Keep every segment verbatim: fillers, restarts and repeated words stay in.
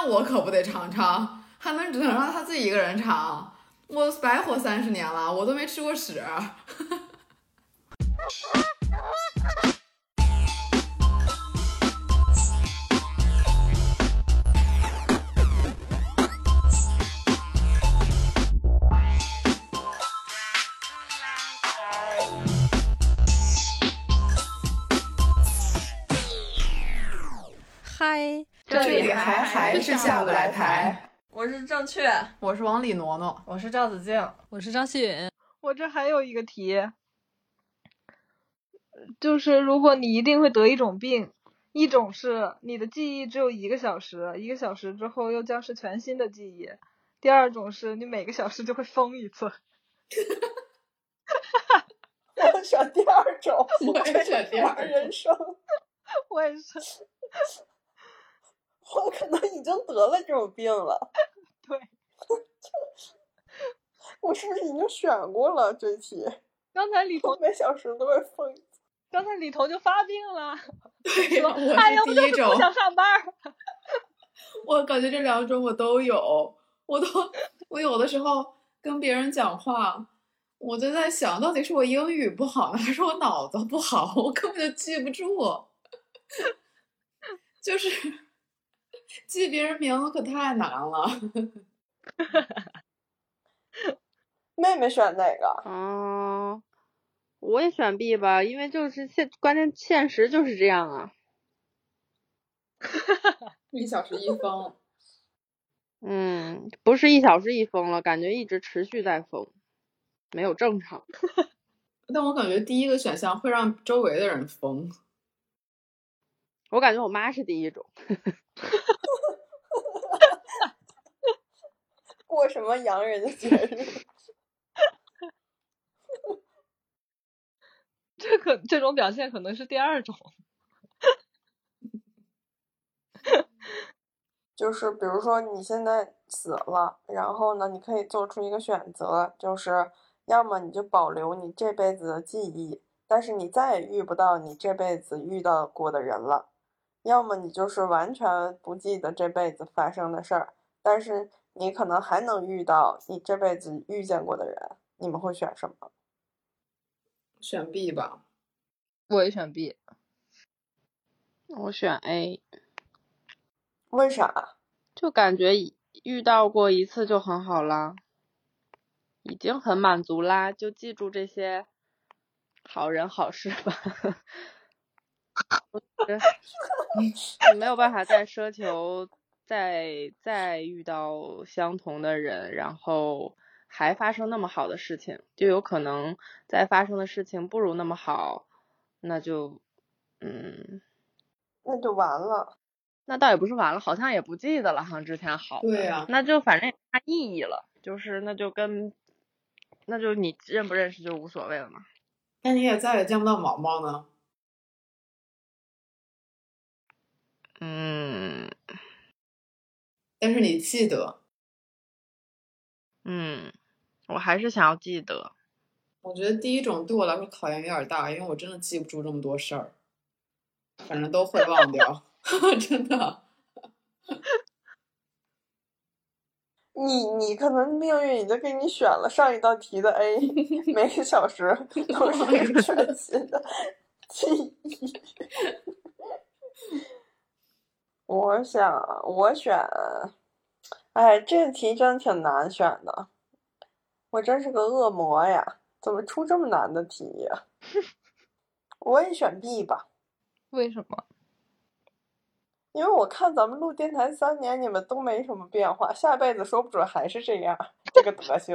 那我可不得尝尝，还能只能让他自己一个人尝，我白活三十年了，我都没吃过屎。 嗨， 这里还还是下不来台。 我是正确， 我是王李挪挪， 我是赵子静， 我是张希允。 我这还有一个题，就是如果你一定会得一种病，一种是你的记忆只有一个小时，一个小时之后又将是全新的记忆；第二种是你每个小时就会疯一次。 我选第二种， 我也选第二种人生。 我也是， 我可能已经得了这种病了。 对， 我是不是已经选过了这题？ 刚才李彤每小时都会疯。 刚才李彤就发病了， 对， 说我哎呀， 是第一种。 我不想上班。 我感觉这两种我都有，我都我有的时候跟别人讲话，我就在想，到底是我英语不好呢，还是我脑子不好？我根本就记不住，就是记别人名字可太难了。 妹妹选哪个？ 嗯，我也选 B 吧，因为就是现关键现实就是这样啊。 一小时一封。 嗯，不是一小时一封了，感觉一直持续在封，没有正常。 但我感觉第一个选项会让周围的人疯。 我感觉我妈是第一种。 过什么洋人的节日？ 这可这种表现可能是第二种。 就是比如说你现在死了，然后呢，你可以做出一个选择，就是要么你就保留你这辈子的记忆，但是你再也遇不到你这辈子遇到过的人了；要么你就是完全不记得这辈子发生的事儿，但是你可能还能遇到你这辈子遇见过的人。你们会选什么？ 选 B 吧。 我也选 B。 我选 A。 为啥？ 就感觉遇到过一次就很好啦，已经很满足啦，就记住这些好人好事吧。你没有办法再奢求再再遇到相同的人，然后还发生那么好的事情，就有可能再发生的事情不如那么好，那就嗯， 那就完了。 那倒也不是完了，好像也不记得了，像之前好的。 对呀、啊， 那就反正也没啥意义了，就是那就跟那就你认不认识就无所谓了嘛。 那你也再也见不到毛毛呢。 嗯， 但是你记得。 嗯，我还是想要记得。 我觉得第一种对我来说考验有点大，因为我真的记不住这么多事儿，反正都会忘掉。真的。 你你可能命运已经给你选了上一道题的 A， 每个小时都是全新的记忆。我想我选，哎，这个题真挺难选的，我真是个恶魔呀，怎么出这么难的题呀？我也选 B 吧。 为什么？ 因为我看咱们录电台三年，你们都没什么变化，下辈子说不准还是这样，这个德行。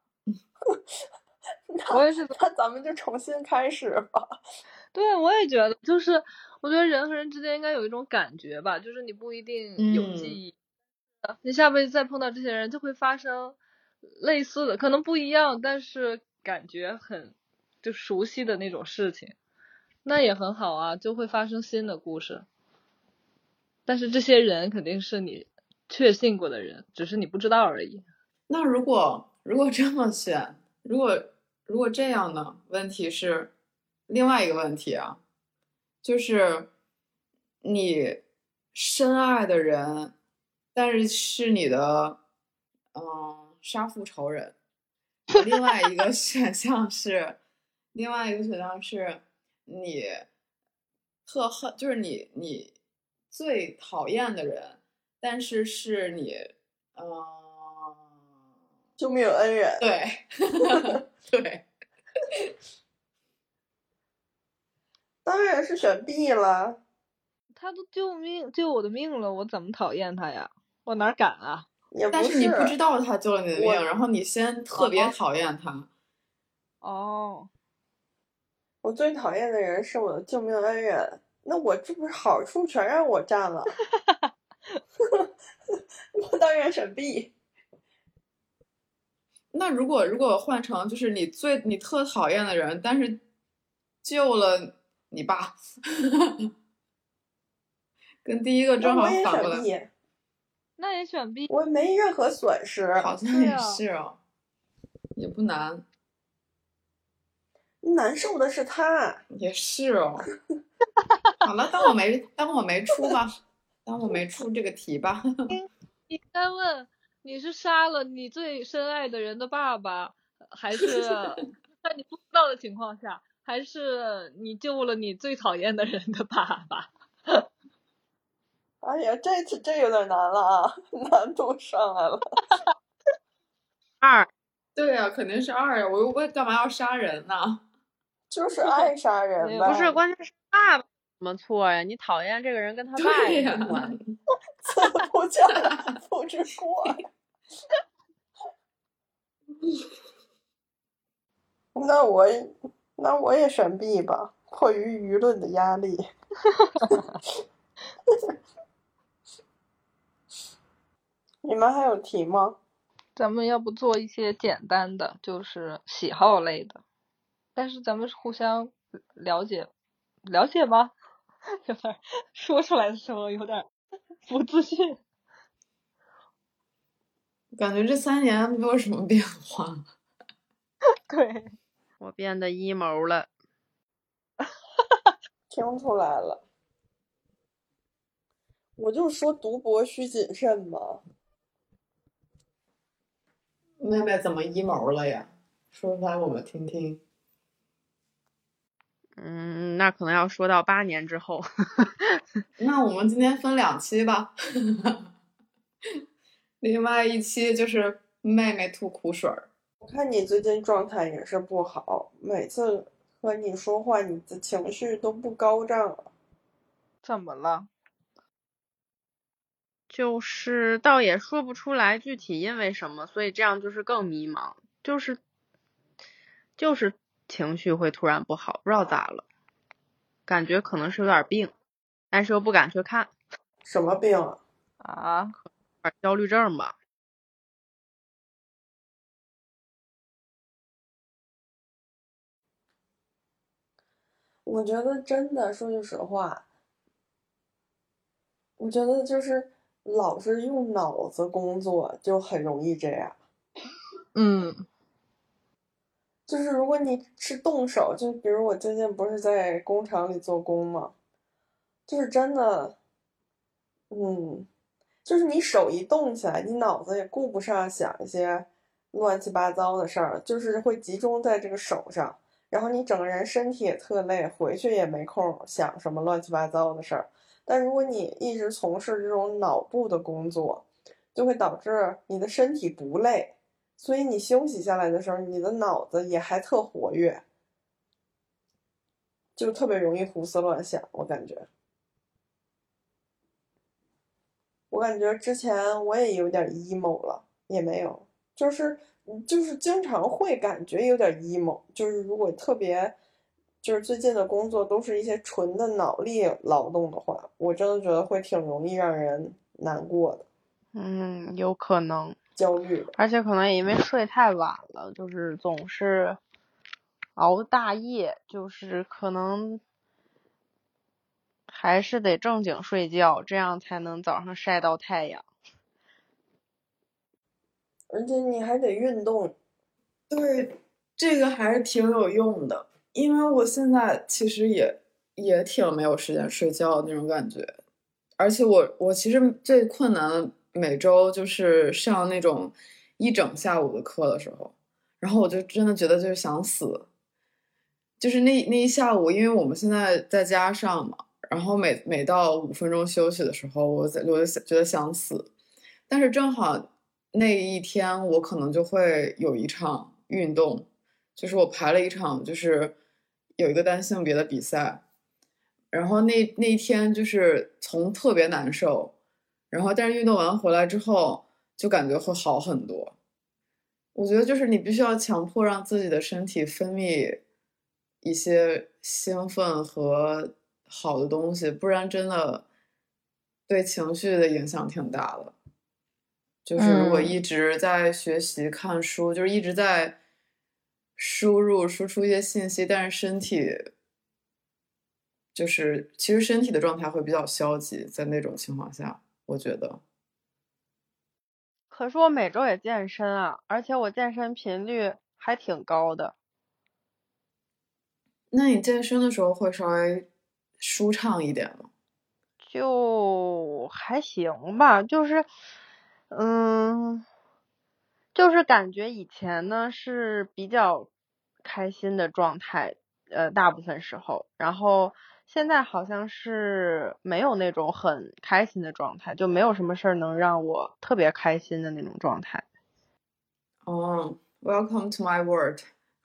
我也是， 那咱们就重新开始吧。 对，我也觉得，就是我觉得人和人之间应该有一种感觉吧，就是你不一定有记忆，嗯、你下辈子再碰到这些人，就会发生类似的，可能不一样，但是感觉很就熟悉的那种事情，那也很好啊，就会发生新的故事。但是这些人肯定是你确信过的人，只是你不知道而已。 那如果如果这么选，如果如果这样呢？问题是另外一个问题啊，就是你深爱的人但是是你的嗯杀父仇人。另外一个选项是，另外一个选项是你特恨，就是你你最讨厌的人，但是是你嗯、呃、 救命恩人。 对对。 当然是选 B 了。 他都救命救我的命了，我怎么讨厌他呀？我哪敢啊！ 也不但是你不知道他救了你的命，然后你先特别讨厌他。 哦， 我最讨厌的人是我的救命恩人，那我这不是好处全让我占了？我当然选 B。 那如果如果换成就是你最你特讨厌的人，但是救了你爸，跟第一个正好反过来。 那也选 B。 我没任何损失。 好像也是哦，也不难。 难受的是他。 也是哦。好了，当我没当我没出吧，当我没出这个题吧。 应该问你是杀了你最深爱的人的爸爸，还是在你不知道的情况下，还是你救了你最讨厌的人的爸爸？ 哎呀，这次这有点难了啊，难度上来了。 二。 对呀、啊，肯定是二呀！我又为干嘛要杀人呢？ 就是爱杀人呗。 不是，关键是爸爸什么错呀？你讨厌这个人跟他爸有什么关系？ 子不教，父之过。那我那我也选 B 吧，迫于舆论的压力。你们还有题吗？ 咱们要不做一些简单的，就是喜好类的，但是咱们是互相了解了解吗？有点说出来的时候有点不自信。 感觉这三年没有什么变化。 对， 我变得emo了。 听出来了。我就说读博需谨慎嘛。 妹妹怎么emo了呀？说出来我们听听。 嗯，那可能要说到八年之后。 那我们今天分两期吧。另外一期就是妹妹吐苦水儿。 我看你最近状态也是不好，每次和你说话，你的情绪都不高涨。 怎么了？ 就是倒也说不出来具体因为什么，所以这样就是更迷茫，就是就是情绪会突然不好，不知道咋了，感觉可能是有点病，但是又不敢去看。 什么病啊？ 啊， 焦虑症吧。 我觉得真的说句实话，我觉得就是老是用脑子工作就很容易这样。 嗯， 就是如果你是动手，就比如我最近不是在工厂里做工嘛，就是真的，嗯，就是你手一动起来，你脑子也顾不上想一些乱七八糟的事儿，就是会集中在这个手上，然后你整个人身体也特累，回去也没空想什么乱七八糟的事儿。但如果你一直从事这种脑部的工作，就会导致你的身体不累，所以你休息下来的时候，你的脑子也还特活跃，就特别容易胡思乱想。我感觉，我感觉之前我也有点 emo 了，也没有，就是就是经常会感觉有点 emo，就是如果特别。就是最近的工作都是一些纯的脑力劳动的话，我真的觉得会挺容易让人难过的。 嗯，有可能焦虑的， 而且可能也因为睡太晚了，就是总是熬大夜，就是可能还是得正经睡觉，这样才能早上晒到太阳。 而且你还得运动。 对，这个还是挺有用的。因为我现在其实也也挺没有时间睡觉的那种感觉，而且我我其实最困难的每周就是上那种一整下午的课的时候，然后我就真的觉得就是想死。就是那那一下午，因为我们现在在家上嘛，然后每每到五分钟休息的时候，我在我就觉得想死。但是正好那一天我可能就会有一场运动，就是我排了一场，就是有一个单性别的比赛，然后那那一天就是从特别难受，然后但是运动完回来之后就感觉会好很多。我觉得就是你必须要强迫让自己的身体分泌一些兴奋和好的东西，不然真的对情绪的影响挺大的。就是如果一直在学习看书，就是一直在输入输出一些信息，但是身体就是其实身体的状态会比较消极，在那种情况下，我觉得。 可是我每周也健身啊，而且我健身频率还挺高的。 那你健身的时候会稍微舒畅一点吗？ 就还行吧，就是，嗯，就是感觉以前呢是比较开心的状态，呃，大部分时候，然后现在好像是没有那种很开心的状态，就没有什么事儿能让我特别开心的那种状态。 哦、oh, welcome to my world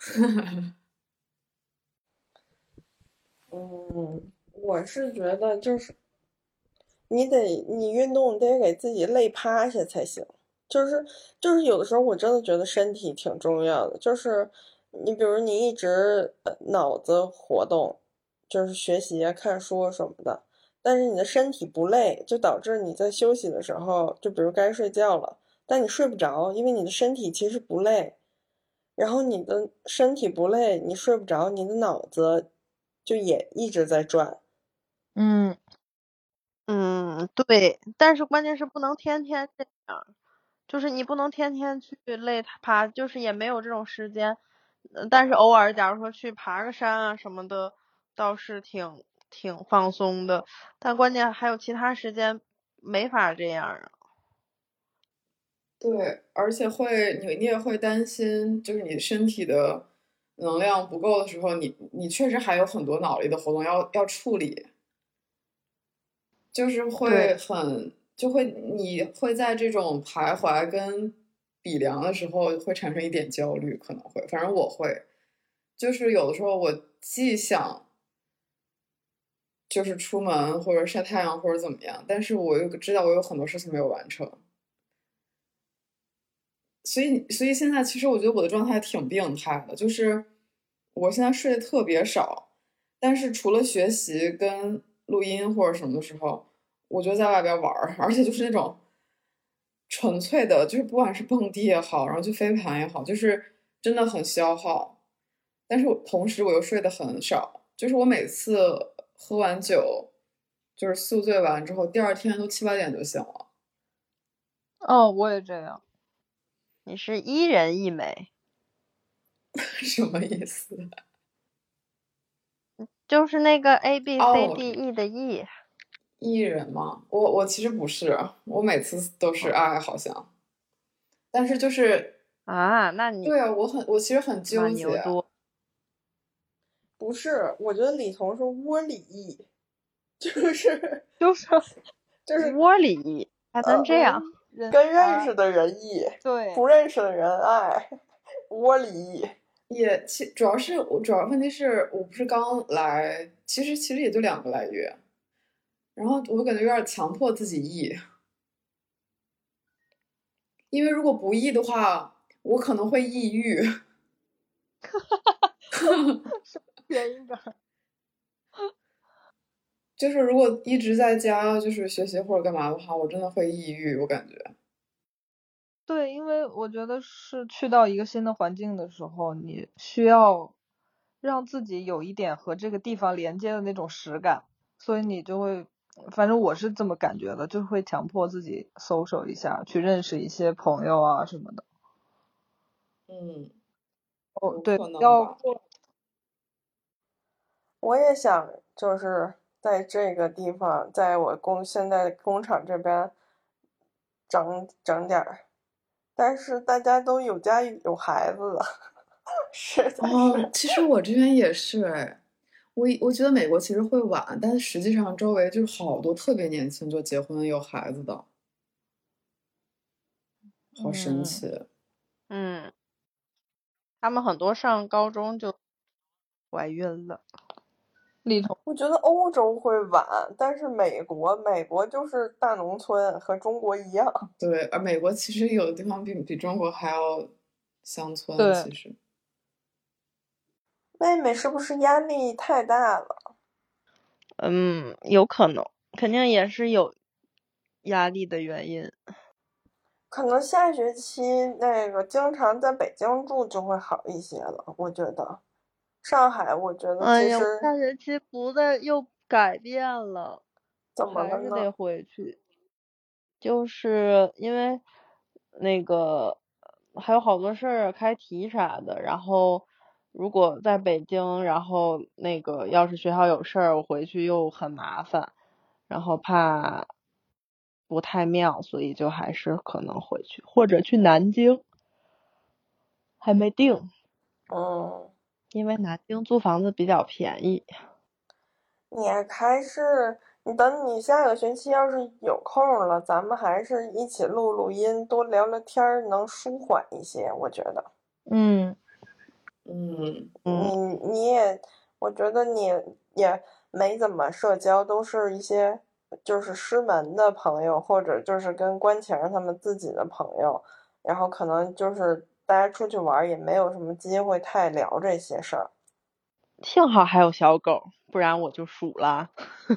嗯，我是觉得就是你得你运动得给自己累趴下才行。就是就是有的时候我真的觉得身体挺重要的，就是你比如你一直脑子活动，就是学习啊、看书什么的，但是你的身体不累，就导致你在休息的时候，就比如该睡觉了，但你睡不着，因为你的身体其实不累。然后你的身体不累，你睡不着，你的脑子就也一直在转。 嗯嗯，对，但是关键是不能天天这样，就是你不能天天去累爬，就是也没有这种时间。但是偶尔假如说去爬个山啊什么的，倒是挺挺放松的。但关键还有其他时间没法这样啊。 对，而且会你你也会担心，就是你身体的能量不够的时候，你你确实还有很多脑力的活动要要处理，就是会对， 很就会你会在这种徘徊跟比量的时候会产生一点焦虑，可能会，反正我会，就是有的时候我既想就是出门或者晒太阳或者怎么样，但是我又知道我有很多事情没有完成。所以，所以现在其实我觉得我的状态挺病态的，就是我现在睡得特别少，但是除了学习跟录音或者什么的时候，我就在外边玩儿，而且就是那种纯粹的，就是不管是蹦迪也好，然后去飞盘也好，就是真的很消耗。但是我同时我又睡得很少，就是我每次喝完酒，就是宿醉完之后，第二天都七八点就醒了。 哦，我也这样。 你是一人一美， 什么意思？ 就是那个 A B C 哦， D E 的 E。 艺人吗？我我其实不是，我每次都是爱好像，但是就是啊，那你对啊，我很我其实很蛮纠结。 牛多。 不是，我觉得李彤是窝里意，就是就是就是窝里还能这样。 人跟认啊， 识的人意， 对， 不认识的人爱，窝里意。 也其主要是我主要问题是我不是刚来，其实其实也就两个来月，然后我感觉有点强迫自己 E，因为如果不 E 的话，我可能会抑郁。 谐音梗。 就是如果一直在家就是学习或者干嘛的话，我真的会抑郁，我感觉。 对，因为我觉得是去到一个新的环境的时候，你需要让自己有一点和这个地方连接的那种实感，所以你就会，反正我是这么感觉的，就会强迫自己social一下，去认识一些朋友啊什么的。 嗯， 哦，对， 有可能吧。 要过， 我也想就是在这个地方，在我工现在工厂这边整整点儿，但是大家都有家有孩子了，实在是。 哦，其实我这边也是哎，我我觉得美国其实会晚，但实际上周围就是好多特别年轻就结婚有孩子的，好神奇。 嗯，嗯他们很多上高中就怀孕了。 里头， 我觉得欧洲会晚，但是美国，美国就是大农村，和中国一样。 对，而美国其实有的地方比比中国还要乡村， 对其实。 妹妹是不是压力太大了？ 嗯，有可能，肯定也是有压力的原因。 可能下学期那个经常在北京住就会好一些了，我觉得。上海，我觉得哎呀， 其实下学期不再又改变了， 怎么了还是得呢？ 回去，就是因为那个还有好多事儿开题啥的，然后如果在北京，然后那个要是学校有事儿，我回去又很麻烦，然后怕不太妙，所以就还是可能回去，或者去南京，还没定， 嗯， 因为南京租房子比较便宜。 你还是你等你下个学期要是有空了，咱们还是一起录录音，多聊聊天儿，能舒缓一些，我觉得。 嗯嗯， 嗯， 你你也，我觉得你也没怎么社交，都是一些就是师门的朋友，或者就是跟关晴儿他们自己的朋友，然后可能就是大家出去玩儿也没有什么机会太聊这些事儿。 幸好还有小狗，不然我就数了。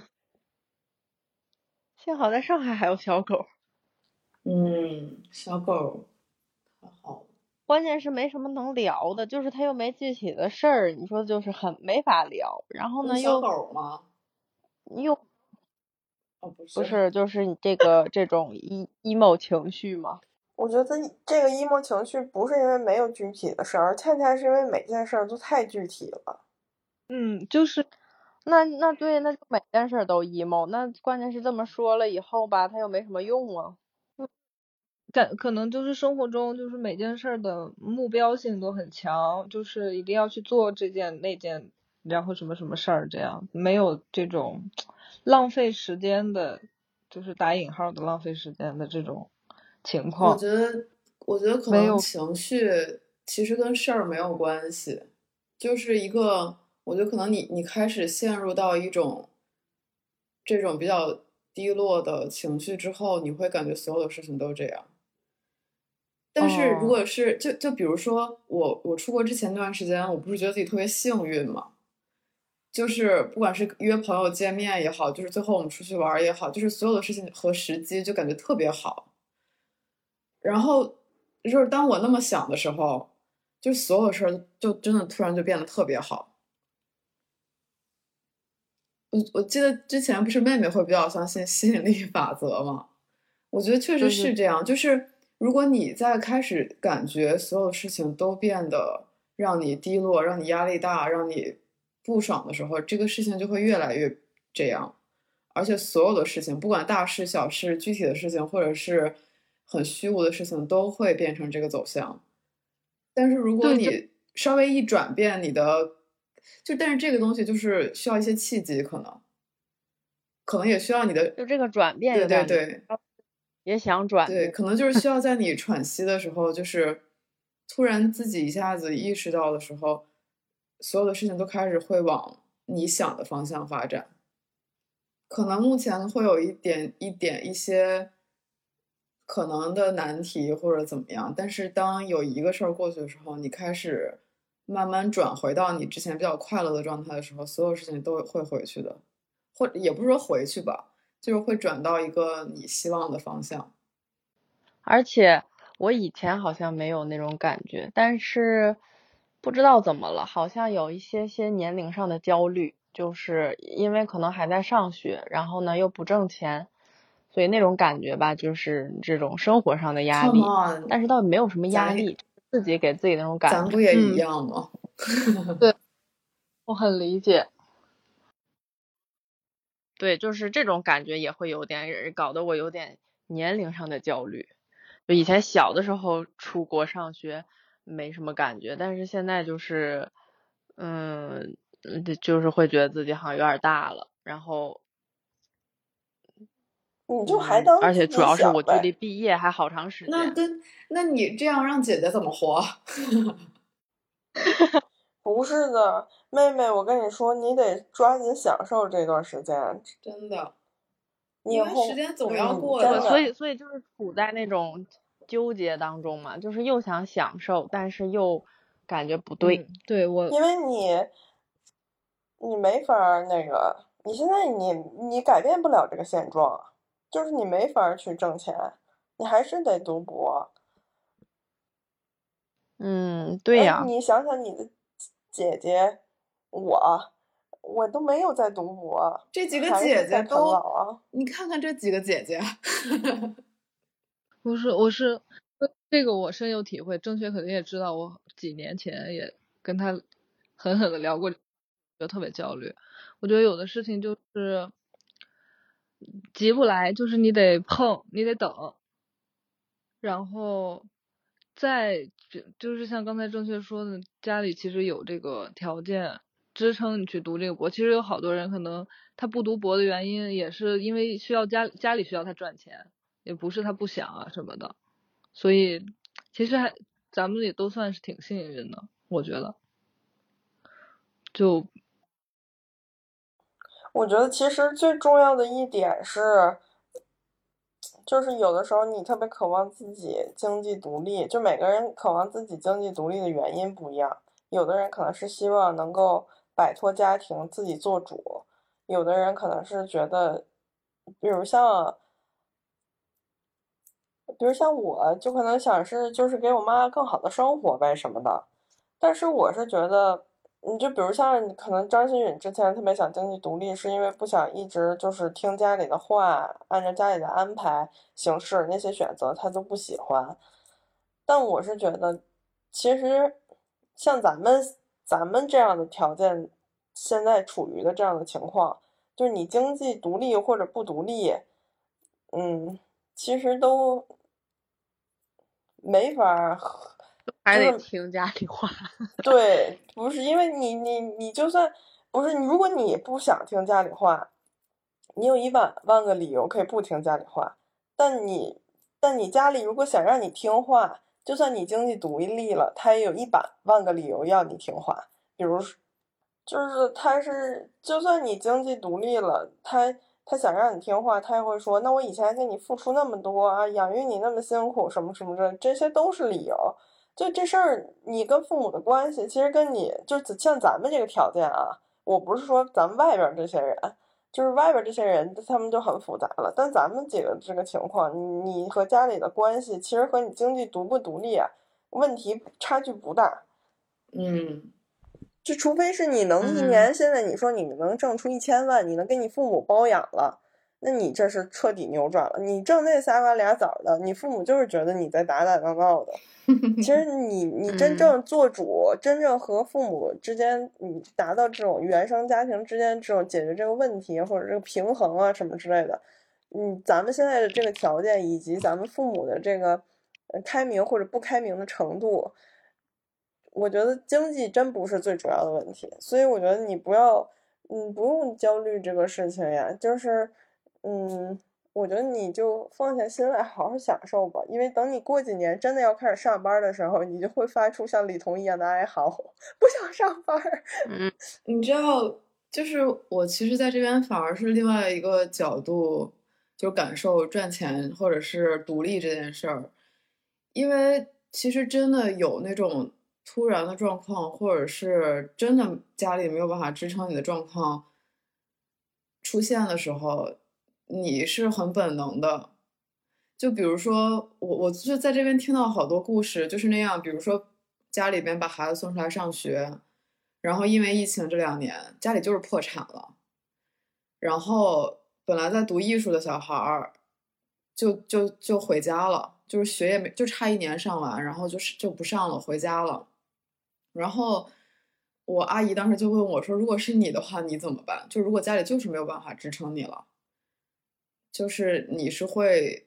幸好在上海还有小狗。 嗯，小狗太好了。 关键是没什么能聊的，就是他又没具体的事儿，你说就是很没法聊。然后呢， 那小又狗吗？ 又哦，不是。 不是，就是你这个这种 e emo 情绪嘛。 我觉得这个 emo 情绪不是因为没有具体的事儿，恰恰是因为每件事儿都太具体了。 嗯，就是那那对，那就每件事都 emo。那关键是这么说了以后吧，他又没什么用啊。 感可能就是生活中就是每件事儿的目标性都很强，就是一定要去做这件那件，然后什么什么事儿这样，没有这种浪费时间的，就是打引号的浪费时间的这种情我况。 觉得，我觉得可没有能情绪其实跟事儿没有关系，就是一个，我觉得可能你你开始陷入到一种这种比较低落的情绪之后，你会感觉所有的事情都这样。但是如哦， 果是就就比如说我我出国之前那段时间，我不是觉得自己特别幸运嘛，就是不管是约朋友见面也好，就是最后我们出去玩也好，就是所有的事情和时机就感觉特别好。然后就是当我那么想的时候，就所有事儿就真的突然就变得特别好。我我记得之前不是妹妹会比较相信吸引力法则吗？我觉得确实对对是这样，就是如果你在开始感觉所有事情都变得让你低落、让你压力大、让你不爽的时候，这个事情就会越来越这样。而且所有的事情，不管大事小事、具体的事情，或者是很虚无的事情，都会变成这个走向。但是如果对，就你稍微一转变你的，就但是这个东西就是需要一些契机，可能可能也需要你的， 就这个转变对有点难， 对对， 也想转对， 变。 可能就是需要在你喘息的时候，就是突然自己一下子意识到的时候，所有的事情都开始会往你想的方向发展。可能目前会有一点一点一些可能的难题或者怎么样，但是当有一个事儿过去的时候，你开始慢慢转回到你之前比较快乐的状态的时候，所有事情都会回去的，或者也不是说回去吧，就是会转到一个你希望的方向。 而且我以前好像没有那种感觉，但是不知道怎么了，好像有一些些年龄上的焦虑，就是因为可能还在上学，然后呢又不挣钱，所以那种感觉吧，就是这种生活上的压 Come 力， on， 但是倒没有什么压咱力，自己给自己那种感觉。 咱不也一嗯， 样吗？ 对，我很理解。 对，就是这种感觉也会有点搞得我有点年龄上的焦虑。就以前小的时候出国上学没什么感觉，但是现在就是嗯就是会觉得自己好像有点大了，然后你就还嗯， 当而且主要是自己小呗。 我距离毕业还好长时间。 那跟那你这样让姐姐怎么活？ 不是的，妹妹，我跟你说，你得抓紧享受这段时间， 真的， 你以因为时后间总要嗯过的。 真的所以所以就是处在那种纠结当中嘛，就是又想享受，但是又感觉不对。 嗯，对我， 因为你你没法儿那个，你现在你你改变不了这个现状，就是你没法儿去挣钱，你还是得读博。 嗯，对哎， 呀， 你想想你的姐姐，我我都没有在读博， 这几个还姐是在啃姐都， 老啊。 你看看这几个姐姐， 不是，我是这个我深有体会。郑雪肯定也知道，我几年前也跟他狠狠的聊过，觉得特别焦虑。我觉得有的事情就是急不来，就是你得碰，你得等，然后再就就是像刚才郑雪说的，家里其实有这个条件支撑你去读这个博。其实有好多人可能他不读博的原因，也是因为需要家家里需要他赚钱，也不是他不想啊什么的。所以其实还咱们也都算是挺幸运的，我觉得。就我觉得其实最重要的一点是，就是有的时候你特别渴望自己经济独立，就每个人渴望自己经济独立的原因不一样。有的人可能是希望能够摆脱家庭，自己做主；有的人可能是觉得，比如像，比如像我，就可能想是就是给我妈更好的生活呗什么的。但是我是觉得，你就比如像你可能张馨予之前特别想经济独立，是因为不想一直就是听家里的话，按照家里的安排行事，那些选择他都不喜欢。但我是觉得，其实像咱们咱们这样的条件，现在处于的这样的情况，就是你经济独立或者不独立，嗯，其实都没法， 还得就是听家里话。 对，不是因为你你你就算不是，如果你不想听家里话，你有一万万个理由可以不听家里话，但你但你家里如果想让你听话，就算你经济独立了，他也有一百万个理由要你听话。比如就是他是就算你经济独立了，他他想让你听话，他也会说，那我以前给你付出那么多啊，养育你那么辛苦，什么什么的，这些都是理由。就这事儿，你跟父母的关系，其实跟你就像咱们这个条件啊，我不是说咱们外边这些人，就是外边这些人，他们就很复杂了。但咱们几个这个情况，你你和家里的关系，其实和你经济独不独立啊，问题差距不大。 嗯， 就除非是你能一嗯年，现在你说你能挣出一千万，你能给你父母包养了，那你这是彻底扭转了。你挣那仨瓜俩枣的，你父母就是觉得你在打打闹闹的。其实你你真正做主，嗯、真正和父母之间，你达到这种原生家庭之间这种解决这个问题或者这个平衡啊什么之类的，嗯，咱们现在的这个条件以及咱们父母的这个开明或者不开明的程度，我觉得经济真不是最主要的问题。所以我觉得你不要，嗯，不用焦虑这个事情呀，就是，嗯。我觉得你就放下心来好好享受吧，因为等你过几年真的要开始上班的时候，你就会发出像李彤一样的哀嚎，不想上班。 嗯， 你知道，就是我其实在这边反而是另外一个角度，就感受赚钱或者是独立这件事儿，因为其实真的有那种突然的状况，或者是真的家里没有办法支撑你的状况出现的时候。你是很本能的，就比如说我，我就在这边听到好多故事，就是那样，比如说家里边把孩子送出来上学，然后因为疫情这两年家里就是破产了，然后本来在读艺术的小孩儿就就就回家了，就是学业没就差一年上完，然后就是就不上了，回家了。然后我阿姨当时就问我说：“如果是你的话，你怎么办？就如果家里就是没有办法支撑你了。”就是你是会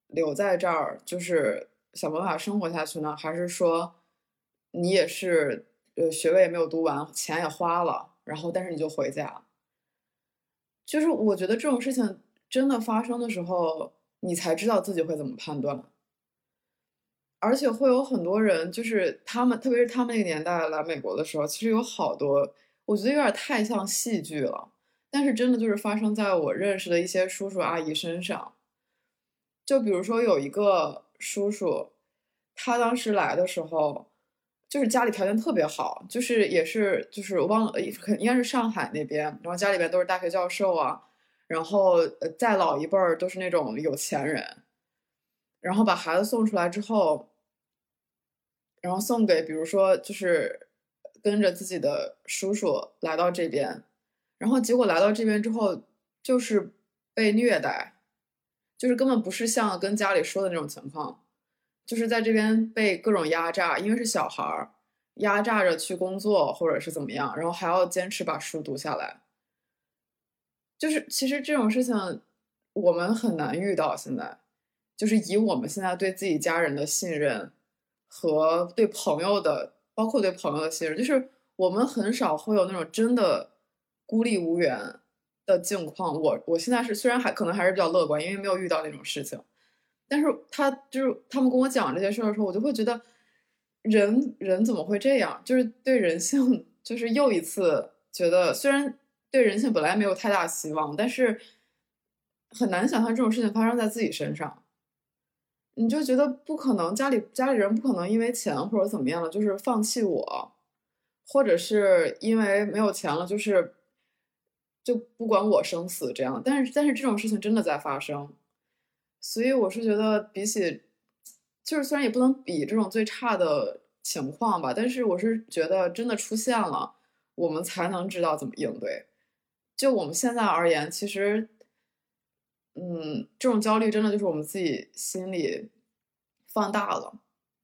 留在这儿，就是想办法生活下去呢？还是说你也是呃学位也没有读完，钱也花了，然后但是你就回家？就是我觉得这种事情真的发生的时候，你才知道自己会怎么判断。而且会有很多人，就是他们，特别是他们那个年代来美国的时候，其实有好多，我觉得有点太像戏剧了。但是真的就是发生在我认识的一些叔叔阿姨身上。就比如说有一个叔叔，他当时来的时候，就是家里条件特别好，就是也是就是我忘了，应该是上海那边，然后家里边都是大学教授啊，然后呃再老一辈儿都是那种有钱人。然后把孩子送出来之后，然后送给比如说就是跟着自己的叔叔来到这边，然后结果来到这边之后就是被虐待，就是根本不是像跟家里说的那种情况，就是在这边被各种压榨，因为是小孩儿，压榨着去工作或者是怎么样，然后还要坚持把书读下来。就是其实这种事情我们很难遇到，现在就是以我们现在对自己家人的信任和对朋友的，包括对朋友的信任，就是我们很少会有那种真的孤立无援的境况。我我现在是虽然还可能还是比较乐观，因为没有遇到那种事情，但是他就是他们跟我讲这些事的时候，我就会觉得人人怎么会这样？就是对人性，就是又一次觉得虽然对人性本来没有太大希望，但是很难想象这种事情发生在自己身上。你就觉得不可能，家里家里人不可能因为钱或者怎么样了，就是放弃我，或者是因为没有钱了，就是就不管我生死这样。但是但是这种事情真的在发生，所以我是觉得比起，就是虽然也不能比这种最差的情况吧，但是我是觉得真的出现了，我们才能知道怎么应对。就我们现在而言，其实，嗯，这种焦虑真的就是我们自己心里放大了。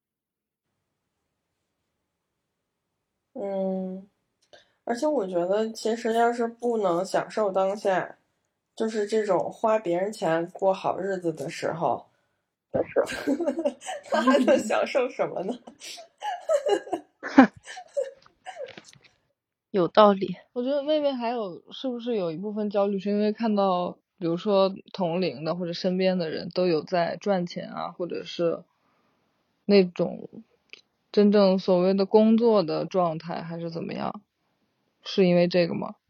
嗯，而且我觉得，其实要是不能享受当下，就是这种花别人钱过好日子的时候，他还能享受什么呢？ 有道理。 我觉得妹妹还有是不是有一部分焦虑是因为看到比如说同龄的或者身边的人都有在赚钱啊，或者是那种真正所谓的工作的状态，还是怎么样？是因为这个吗？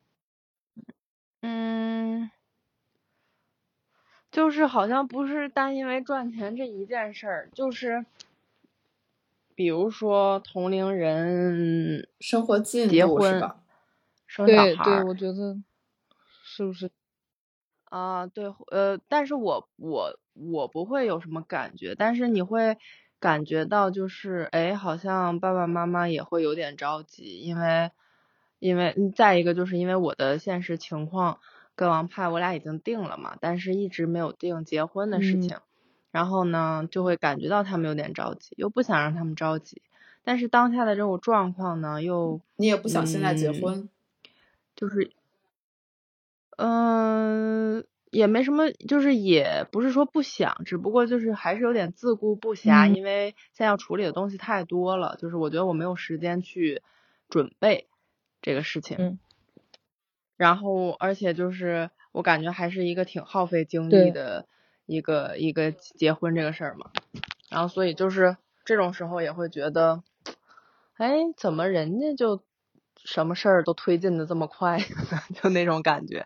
嗯，就是好像不是单因为赚钱这一件事儿，就是比如说同龄人生活进结婚度是吧？ 生小对对， 孩儿我觉得是不是？ 啊，对，呃，但是我我我不会有什么感觉，但是你会感觉到就是，哎，好像爸爸妈妈也会有点着急，因为因为嗯再一个就是因为我的现实情况跟王派我俩已经定了嘛，但是一直没有定结婚的事嗯情，然后呢就会感觉到他们有点着急，又不想让他们着急，但是当下的这种状况呢，又你也不想现在结嗯婚， 就是嗯，也没什么，就是也不是说不想，只不过就是还是有点自顾不暇， 嗯因为现在要处理的东西太多了，就是我觉得我没有时间去准备这个事情。 嗯， 然后而且就是我感觉还是一个挺耗费精力对， 的一个一个结婚这个事儿嘛，然后所以就是这种时候也会觉得，哎，怎么人家就什么事儿都推进的这么快就那种感觉。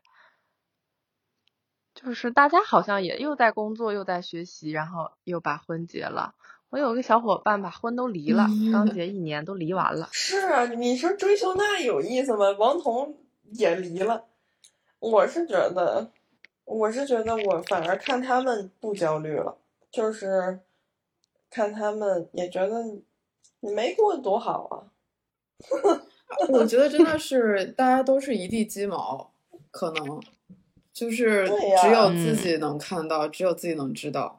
就是大家好像也又在工作又在学习，然后又把婚结了。我有个小伙伴把婚都离了，刚结一年都离完了。 是啊，你说追求那有意思吗？王彤也离了，我是觉得，我是觉得我反而看他们不焦虑了，就是看他们也觉得你你没过得多好啊。 我觉得真的是大家都是一地鸡毛，可能就是对呀只有自嗯己能看到，只有自己能知道。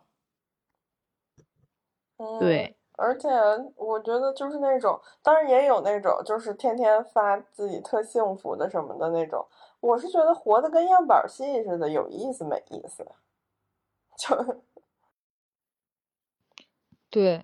嗯， 对， 而且我觉得就是那种，当然也有那种就是天天发自己特幸福的什么的那种，我是觉得活得跟样板戏似的，有意思没意思？就对，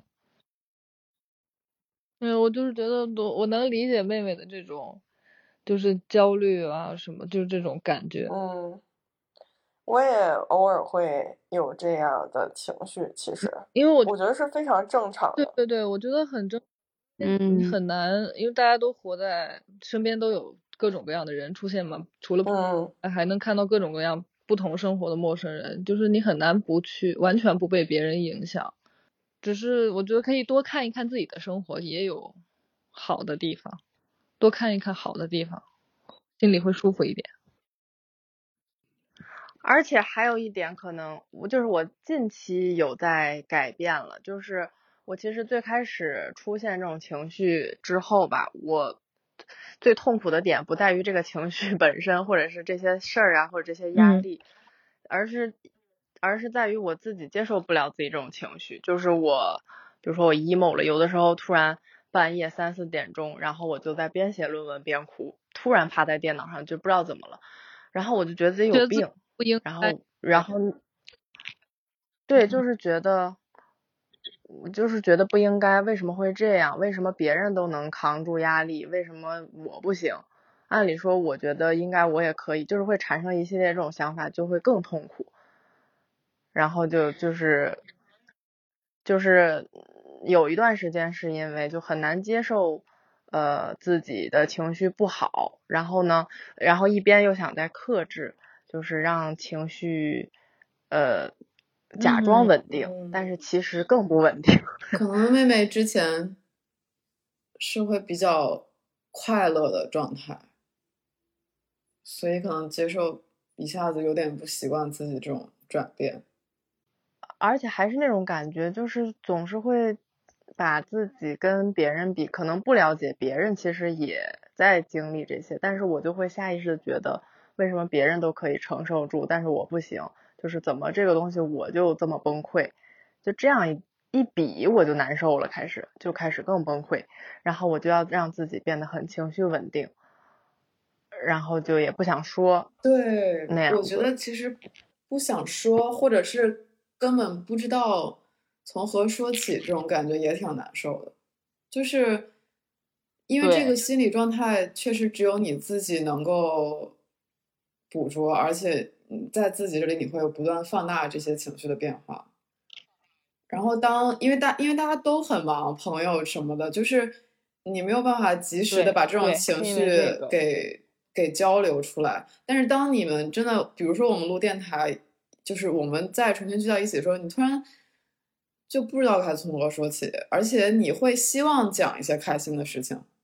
嗯，我就是觉得我我能理解妹妹的这种，就是焦虑啊什么，就是这种感觉。 嗯，我也偶尔会有这样的情绪，其实因为我我觉得是非常正常的。 对对对，我觉得很正，你嗯很难，因为大家都活在身边都有各种各样的人出现嘛，除了嗯， 还能看到各种各样不同生活的陌生人，就是你很难不去完全不被别人影响。只是我觉得可以多看一看自己的生活，也有好的地方，多看一看好的地方，心里会舒服一点。 而且还有一点可能，我就是我近期有在改变了，就是我其实最开始出现这种情绪之后吧，我最痛苦的点不在于这个情绪本身，或者是这些事儿啊，或者这些压力，而是而是在于我自己接受不了自己这种情绪，就是我比如说我 emo 了，有的时候突然半夜三四点钟，然后我就在边写论文边哭，突然趴在电脑上就不知道怎么了，然后我就觉得自己有病。 不应然后，然后，对，就是觉得，我就是觉得不应该，为什么会这样？为什么别人都能扛住压力，为什么我不行？按理说，我觉得应该我也可以，就是会产生一系列这种想法，就会更痛苦。然后就就是就是有一段时间是因为就很难接受，呃，自己的情绪不好，然后呢，然后一边又想再克制。就是让情绪，呃，假装稳定， 嗯、 但是其实更不稳定。 可能妹妹之前是会比较快乐的状态，所以可能接受一下子有点不习惯自己这种转变。 而且还是那种感觉，就是总是会把自己跟别人比，可能不了解别人其实也在经历这些，但是我就会下意识觉得，为什么别人都可以承受住，但是我不行，就是怎么这个东西我就这么崩溃，就这样一一比我就难受了，开始就开始更崩溃，然后我就要让自己变得很情绪稳定，然后就也不想说， 对， 那样我觉得其实不想说，或者是根本不知道从何说起，这种感觉也挺难受的。就是因为这个心理状态确实只有你自己能够捕捉，而且在自己这里你会不断放大这些情绪的变化。然后当因为大因为大家都很忙，朋友什么的，就是你没有办法及时的把这种情绪给给交流出来。但是当你们真的，比如说我们录电台，就是我们在重新聚到一起的时候，你突然就不知道该从何说起，而且你会希望讲一些开心的事情。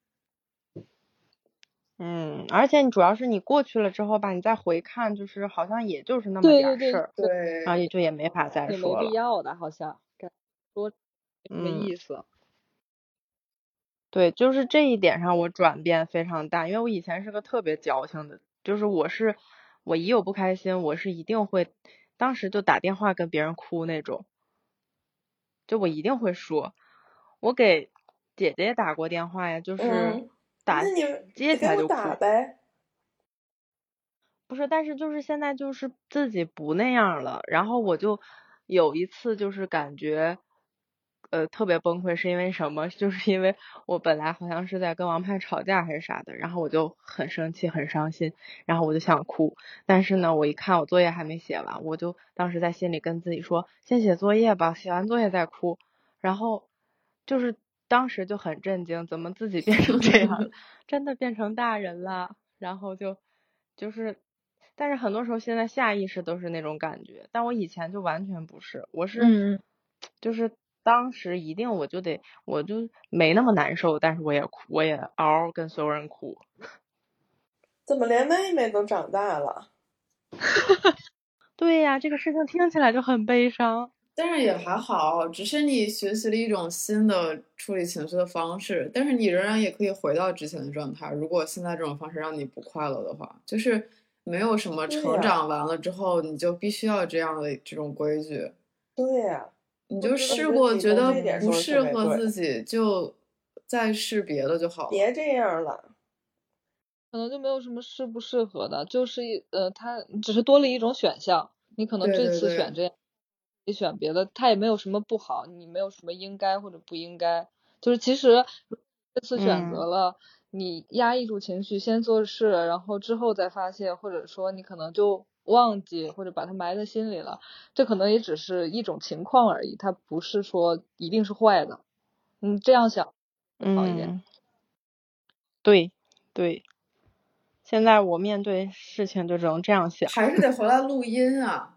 嗯，而且你主要是你过去了之后吧，你再回看，就是好像也就是那么点事儿， 对对对， 然后也就也没法再说了， 也没必要的，好像说没什么意思。 嗯。对，就是这一点上我转变非常大，因为我以前是个特别矫情的，就是我是我一有不开心，我是一定会当时就打电话跟别人哭那种，就我一定会说，我给姐姐打过电话呀，就是嗯， 打那你接起来就哭， 打呗。 不是，但是就是现在就是自己不那样了，然后我就有一次就是感觉。呃，特别崩溃是因为什么？就是因为我本来好像是在跟王派吵架还是啥的，然后我就很生气、很伤心，然后我就想哭。但是呢，我一看我作业还没写完，我就当时在心里跟自己说，先写作业吧，写完作业再哭。然后就是当时就很震惊，怎么自己变成这样了？真的变成大人了。然后就就是，但是很多时候现在下意识都是那种感觉，但我以前就完全不是，我是， 嗯， 就是当时一定我就得，我就没那么难受，但是我也哭，我也嗷嗷跟所有人哭。 怎么连妹妹都长大了？ 对呀，这个事情听起来就很悲伤。 但是也还好，只是你学习了一种新的处理情绪的方式，但是你仍然也可以回到之前的状态。如果现在这种方式让你不快乐的话，就是没有什么成长完了之后你就必须要这样的这种规矩。 对呀、啊， 你就试过觉得不适合自己， 就再试别的就好了。 别这样了。 可能就没有什么适不适合的，就是呃，它只是多了一种选项，你可能这次选这样， 选别的，它也没有什么不好，你没有什么应该或者不应该，就是其实这次选择了、嗯、你压抑住情绪先做事，然后之后再发泄，或者说你可能就忘记或者把它埋在心里了，这可能也只是一种情况而已，它不是说一定是坏的。嗯，这样想好一点。 嗯，对对，现在我面对事情就只能这样想， 还是得回来录音啊。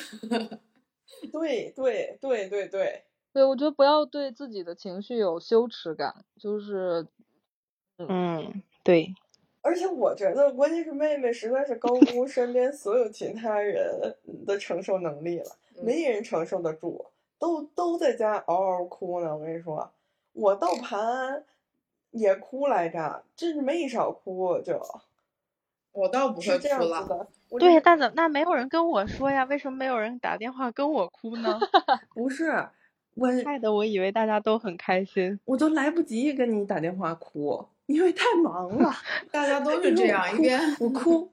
对对对对对对，我觉得不要对自己的情绪有羞耻感，就是嗯, 嗯对。 而且我觉得关键是妹妹实在是高估身边所有其他人的承受能力了， 嗯、 没人承受得住，都都在家嗷嗷哭呢。我跟你说，我到盘也哭来着，真是没少哭。就我倒不会哭了。 对，但怎那没有人跟我说呀？为什么没有人打电话跟我哭呢？ 不是我害得我以为大家都很开心， 我都来不及跟你打电话哭，因为太忙了。 大家都是这样，一边我哭，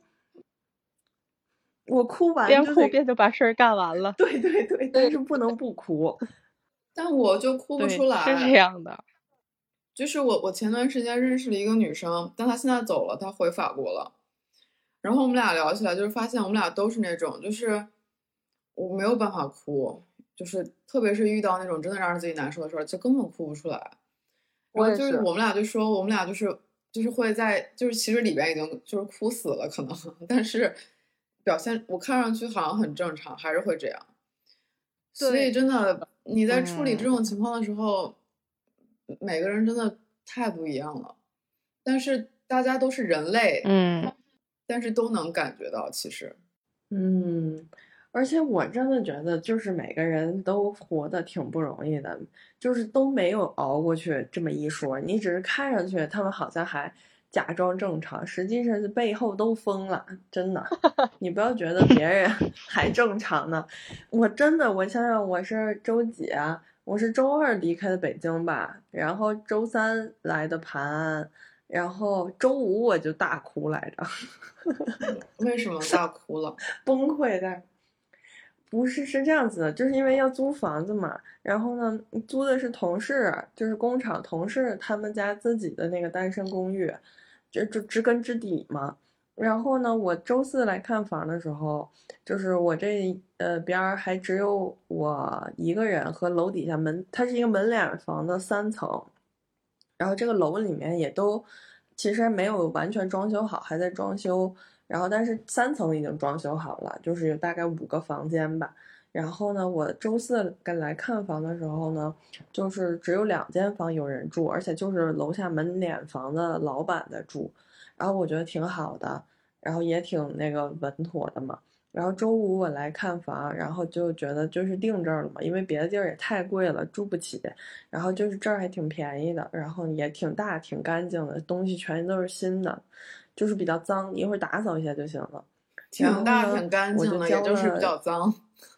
我哭完边哭边就把事儿干完了。 对对对，但是不能不哭。 但我就哭不出来。 是这样的。 就是我，我前段时间认识了一个女生，但她现在走了，她回法国了。然后我们俩聊起来，就是发现我们俩都是那种，就是我没有办法哭，就是特别是遇到那种真的让自己难受的事儿，就根本哭不出来。然后就是我们俩就说，我们俩就是就是会在，就是其实里边已经就是哭死了可能，但是表现我看上去好像很正常，还是会这样。所以真的你在处理这种情况的时候、嗯、每个人真的太不一样了，但是大家都是人类， 嗯， 但是都能感觉到其实嗯，而且我真的觉得就是每个人都活得挺不容易的，就是都没有熬过去这么一说，你只是看上去他们好像还假装正常，实际上是背后都疯了，真的。你不要觉得别人还正常呢。我真的，我想想，我是周几啊？我是周二离开的北京吧，然后周三来的盘安，然后周五我就大哭来着。 为什么大哭了？ 崩溃的。不是，是这样子的，就是因为要租房子嘛，然后呢，租的是同事，就是工厂同事他们家自己的那个单身公寓，就就知根知底嘛。然后呢，我周四来看房的时候，就是我这呃边儿还只有我一个人和楼底下门，它是一个门脸房的三层，然后这个楼里面也都其实没有完全装修好，还在装修。然后但是三层已经装修好了，就是有大概五个房间吧。然后呢，我周四跟来看房的时候呢，就是只有两间房有人住，而且就是楼下门脸房的老板在住。然后我觉得挺好的，然后也挺那个稳妥的嘛。然后周五我来看房，然后就觉得就是定这儿了嘛，因为别的地儿也太贵了，住不起。然后就是这儿还挺便宜的，然后也挺大挺干净的，东西全都是新的，就是比较脏，一会儿打扫一下就行了。 挺大挺干净的，也就是比较脏。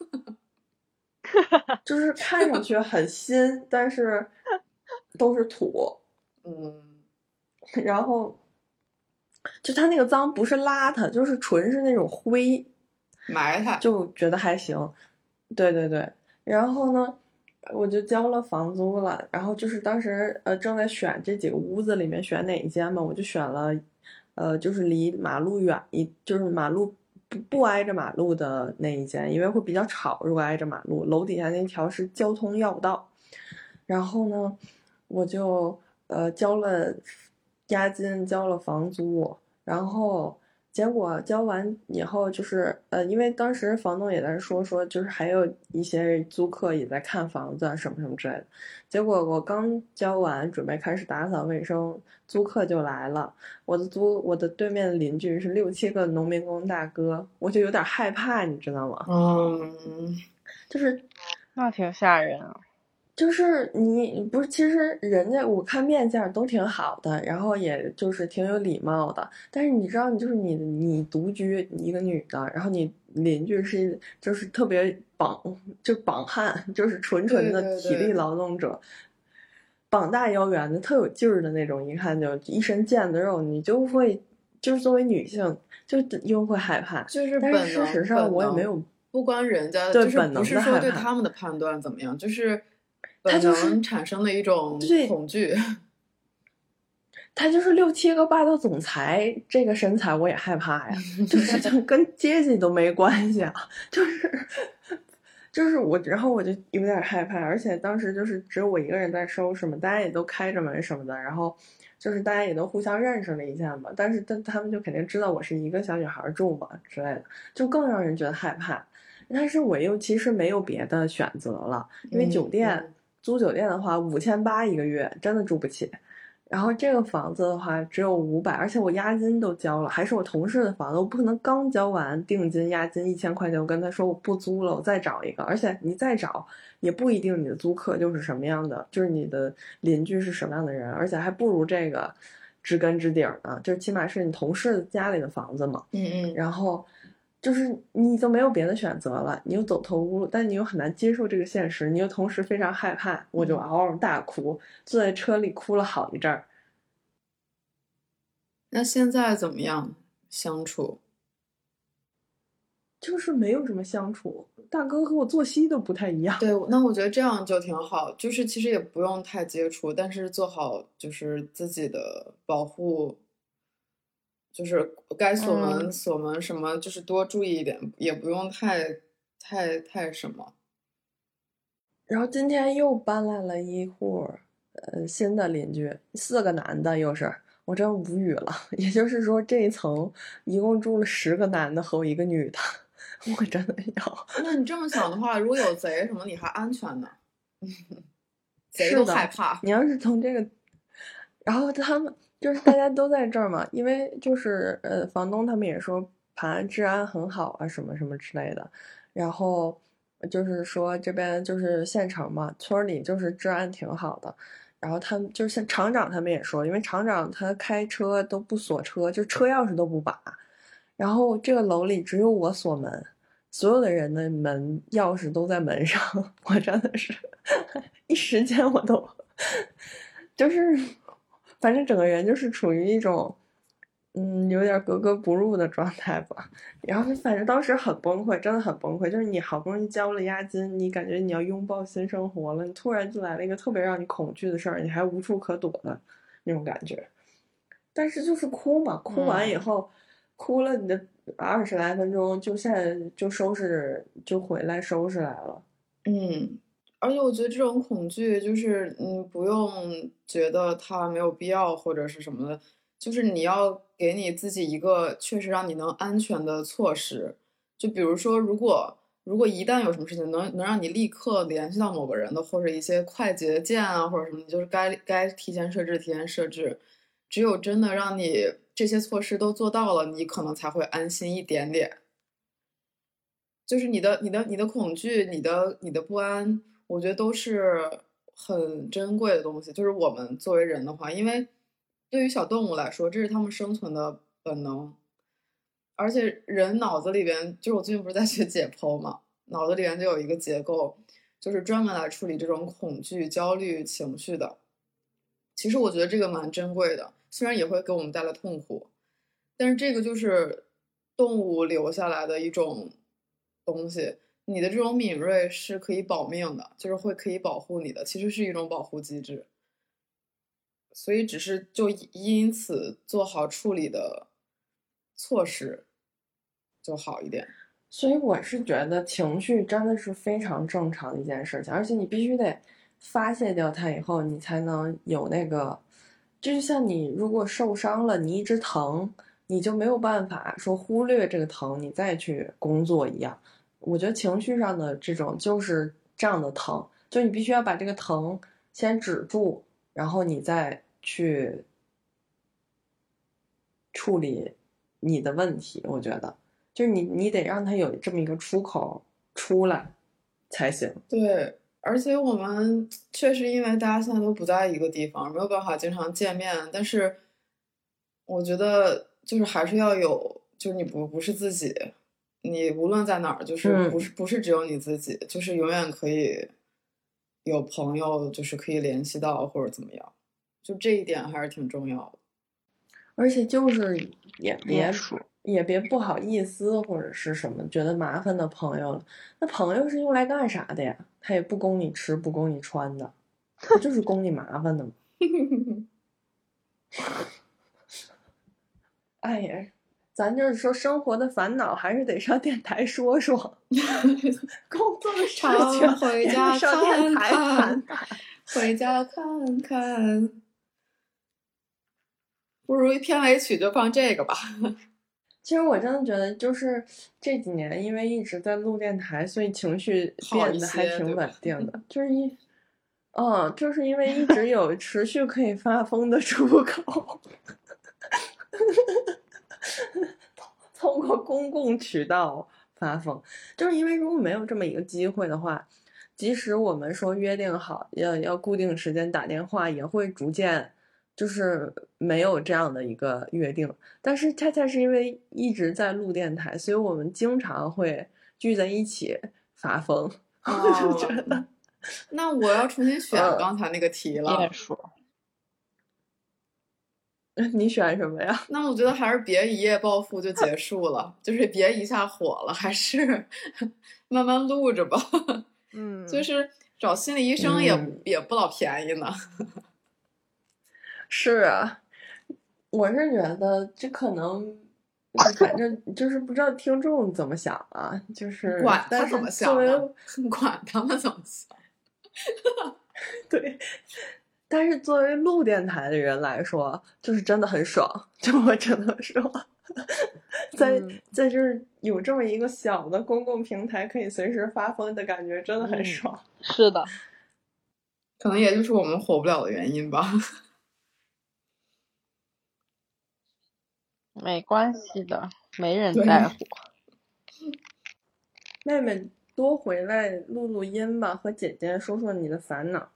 就是看上去很新，但是都是土。 嗯， 然后就它那个脏不是邋遢，就是纯是那种灰埋汰， 就觉得还行。对对对，然后呢，我就交了房租了。然后就是当时呃正在选这几个屋子里面选哪一间嘛，我就选了，呃，就是离马路远一，就是马路不不挨着马路的那一间，因为会比较吵。如果挨着马路，楼底下那条是交通要道。然后呢，我就呃交了押金，交了房租，然后结果交完以后，就是呃，因为当时房东也在说说，就是还有一些租客也在看房子啊，什么什么之类的。结果我刚交完，准备开始打扫卫生，租客就来了。我的租，我的对面的邻居是六七个农民工大哥，我就有点害怕，你知道吗？ 嗯， 就是那挺吓人啊。 就是你不是，其实人家我看面相都挺好的，然后也就是挺有礼貌的。但是你知道，你就是你你独居一个女的，然后你邻居是就是特别绑，就绑汉，就是纯纯的体力劳动者， 对对对膀大腰圆的，特有劲儿的那种，一看就一身腱子肉，你就会就是作为女性就又会害怕。 就是但是事实上我也没有。 不关人家，就是不是说对他们的判断怎么样，就是本能产生的一种恐惧。 他就是六七个霸道总裁这个身材我也害怕呀，就是跟阶级都没关系啊，就是就是我，然后我就有点害怕，而且当时就是只有我一个人在收拾嘛，大家也都开着门什么的，然后就是大家也都互相认识了一下嘛，但是但他们就肯定知道我是一个小女孩住嘛之类的，就更让人觉得害怕。但是我又其实没有别的选择了，因为酒店、嗯、租酒店的话五千八一个月真的住不起。然后这个房子的话只有五百，而且我押金都交了，还是我同事的房子，我不可能刚交完定金押金一千块钱，我跟他说我不租了，我再找一个，而且你再找也不一定你的租客就是什么样的，就是你的邻居是什么样的人，而且还不如这个知根知底呢，就是起码是你同事家里的房子嘛， 嗯嗯， 然后就是你就没有别的选择了，你又走投无路，但你又很难接受这个现实，你又同时非常害怕，我就嗷嗷大哭，坐在车里哭了好一阵儿。 那现在怎么样相处？ 就是没有什么相处，大哥和我作息都不太一样。 对，那我觉得这样就挺好，就是其实也不用太接触，但是做好就是自己的保护。就是该锁门、嗯、锁门什么，就是多注意一点，也不用太太太什么。 然后今天又搬来了一户呃新的邻居，四个男的，又是我真无语了。也就是说这一层一共住了十个男的和我一个女的，我真的要。 那你这么想的话，如果有贼什么，你还安全呢？贼都害怕。 你要是从这个，然后他们。就是大家都在这儿嘛，因为就是呃，房东他们也说盘安治安很好啊，什么什么之类的。然后就是说这边就是县城嘛，村里就是治安挺好的。然后他们就是像厂长他们也说，因为厂长他开车都不锁车，就车钥匙都不把。然后这个楼里只有我锁门，所有的人的门钥匙都在门上。我真的是一时间我都就是。反正整个人就是处于一种，嗯，有点格格不入的状态吧。然后反正当时很崩溃，真的很崩溃。就是你好不容易交了押金，你感觉你要拥抱新生活了，你突然就来了一个特别让你恐惧的事儿，你还无处可躲的那种感觉。但是就是哭嘛，哭完以后，嗯、哭了你的二十来分钟，就现在就收拾，就回来收拾来了。 嗯。而且我觉得这种恐惧就是，嗯，不用觉得它没有必要或者是什么的，就是你要给你自己一个确实让你能安全的措施。就比如说，如果如果一旦有什么事情能能让你立刻联系到某个人的，或者一些快捷键啊，或者什么，你就是该该提前设置提前设置。只有真的让你这些措施都做到了，你可能才会安心一点点。就是你的你的你的恐惧，你的你的不安。我觉得都是很珍贵的东西，就是我们作为人的话，因为对于小动物来说，这是它们生存的本能。而且人脑子里边，就是我最近不是在学解剖嘛，脑子里边就有一个结构，就是专门来处理这种恐惧、焦虑情绪的。其实我觉得这个蛮珍贵的，虽然也会给我们带来痛苦，但是这个就是动物留下来的一种东西。你的这种敏锐是可以保命的，就是会可以保护你的，其实是一种保护机制。所以只是就因此做好处理的措施就好一点。 所以我是觉得情绪真的是非常正常的一件事情，而且你必须得发泄掉它以后，你才能有那个，就像你如果受伤了，你一直疼，你就没有办法说忽略这个疼，你再去工作一样。我觉得情绪上的这种就是这样的疼，就你必须要把这个疼先止住，然后你再去处理你的问题。我觉得就是你你得让它有这么一个出口出来才行。 对，而且我们确实因为大家现在都不在一个地方，没有办法经常见面，但是我觉得就是还是要有，就是你不不是自己，你无论在哪儿，就是不是、嗯、不是只有你自己，就是永远可以有朋友，就是可以联系到或者怎么样，就这一点还是挺重要的。 而且就是也别说也别不好意思或者是什么觉得麻烦的朋友了，那朋友是用来干啥的呀？他也不供你吃不供你穿的，他就是供你麻烦的嘛。哎呀，咱就是说生活的烦恼还是得上电台说说，工作的事情回家上电台看看，回家看看。不如片尾曲就放这个吧。 其实我真的觉得，就是这几年因为一直在录电台，所以情绪变得还挺稳定的。就是一，嗯，就是因为一直有持续可以发疯的出口，通过公共渠道发疯。就是因为如果没有这么一个机会的话，即使我们说约定好要要固定时间打电话，也会逐渐。就是没有这样的一个约定，但是恰恰是因为一直在录电台，所以我们经常会聚在一起发疯。 哦、 我就觉得， 那我要重新选刚才那个题了。 别说， 你选什么呀？ 那我觉得还是别一夜暴富就结束了，就是别一下火了，还是慢慢录着吧。 嗯， 就是找心理医生也、 嗯、 也不老便宜呢。 是啊，我是觉得这可能，反正就是不知道听众怎么想啊，就是管他怎么想呢， 管他们怎么想。 对，但是作为录电台的人来说，就是真的很爽，就我只能说，在、嗯、在这儿有这么一个小的公共平台，可以随时发疯的感觉，真的很爽。 嗯、是的， 可能也就是我们火不了的原因吧。 没关系的，没人在乎。 妹妹多回来录录音吧，和姐姐说说你的烦恼。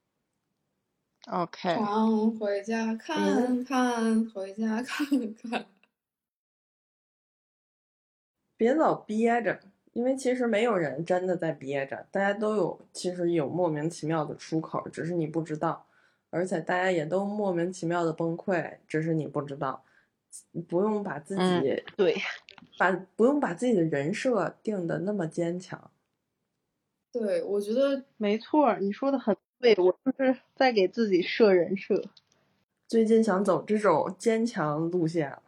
OK。 常回家看看，嗯、回家看看。 别老憋着，因为其实没有人真的在憋着，大家都有，其实有莫名其妙的出口，只是你不知道，而且大家也都莫名其妙的崩溃，只是你不知道。不用把自己、 嗯、对， 把不用把自己的人设定的那么坚强。 对，我觉得没错，你说的很对，我就是在给自己设人设。 最近想走这种坚强路线了。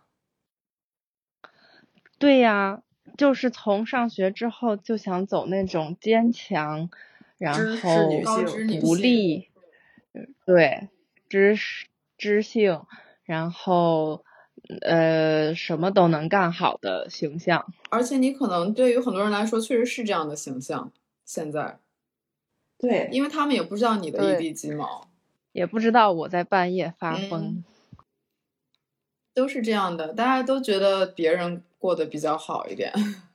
对呀，就是从上学之后就想走那种坚强，然后独立，对，知知性，然后呃什么都能干好的形象。 而且你可能对于很多人来说确实是这样的形象，现在。 对， 因为他们也不知道你的一地鸡毛， 也不知道我在半夜发疯、 嗯，都是这样的，大家都觉得别人过得比较好一点。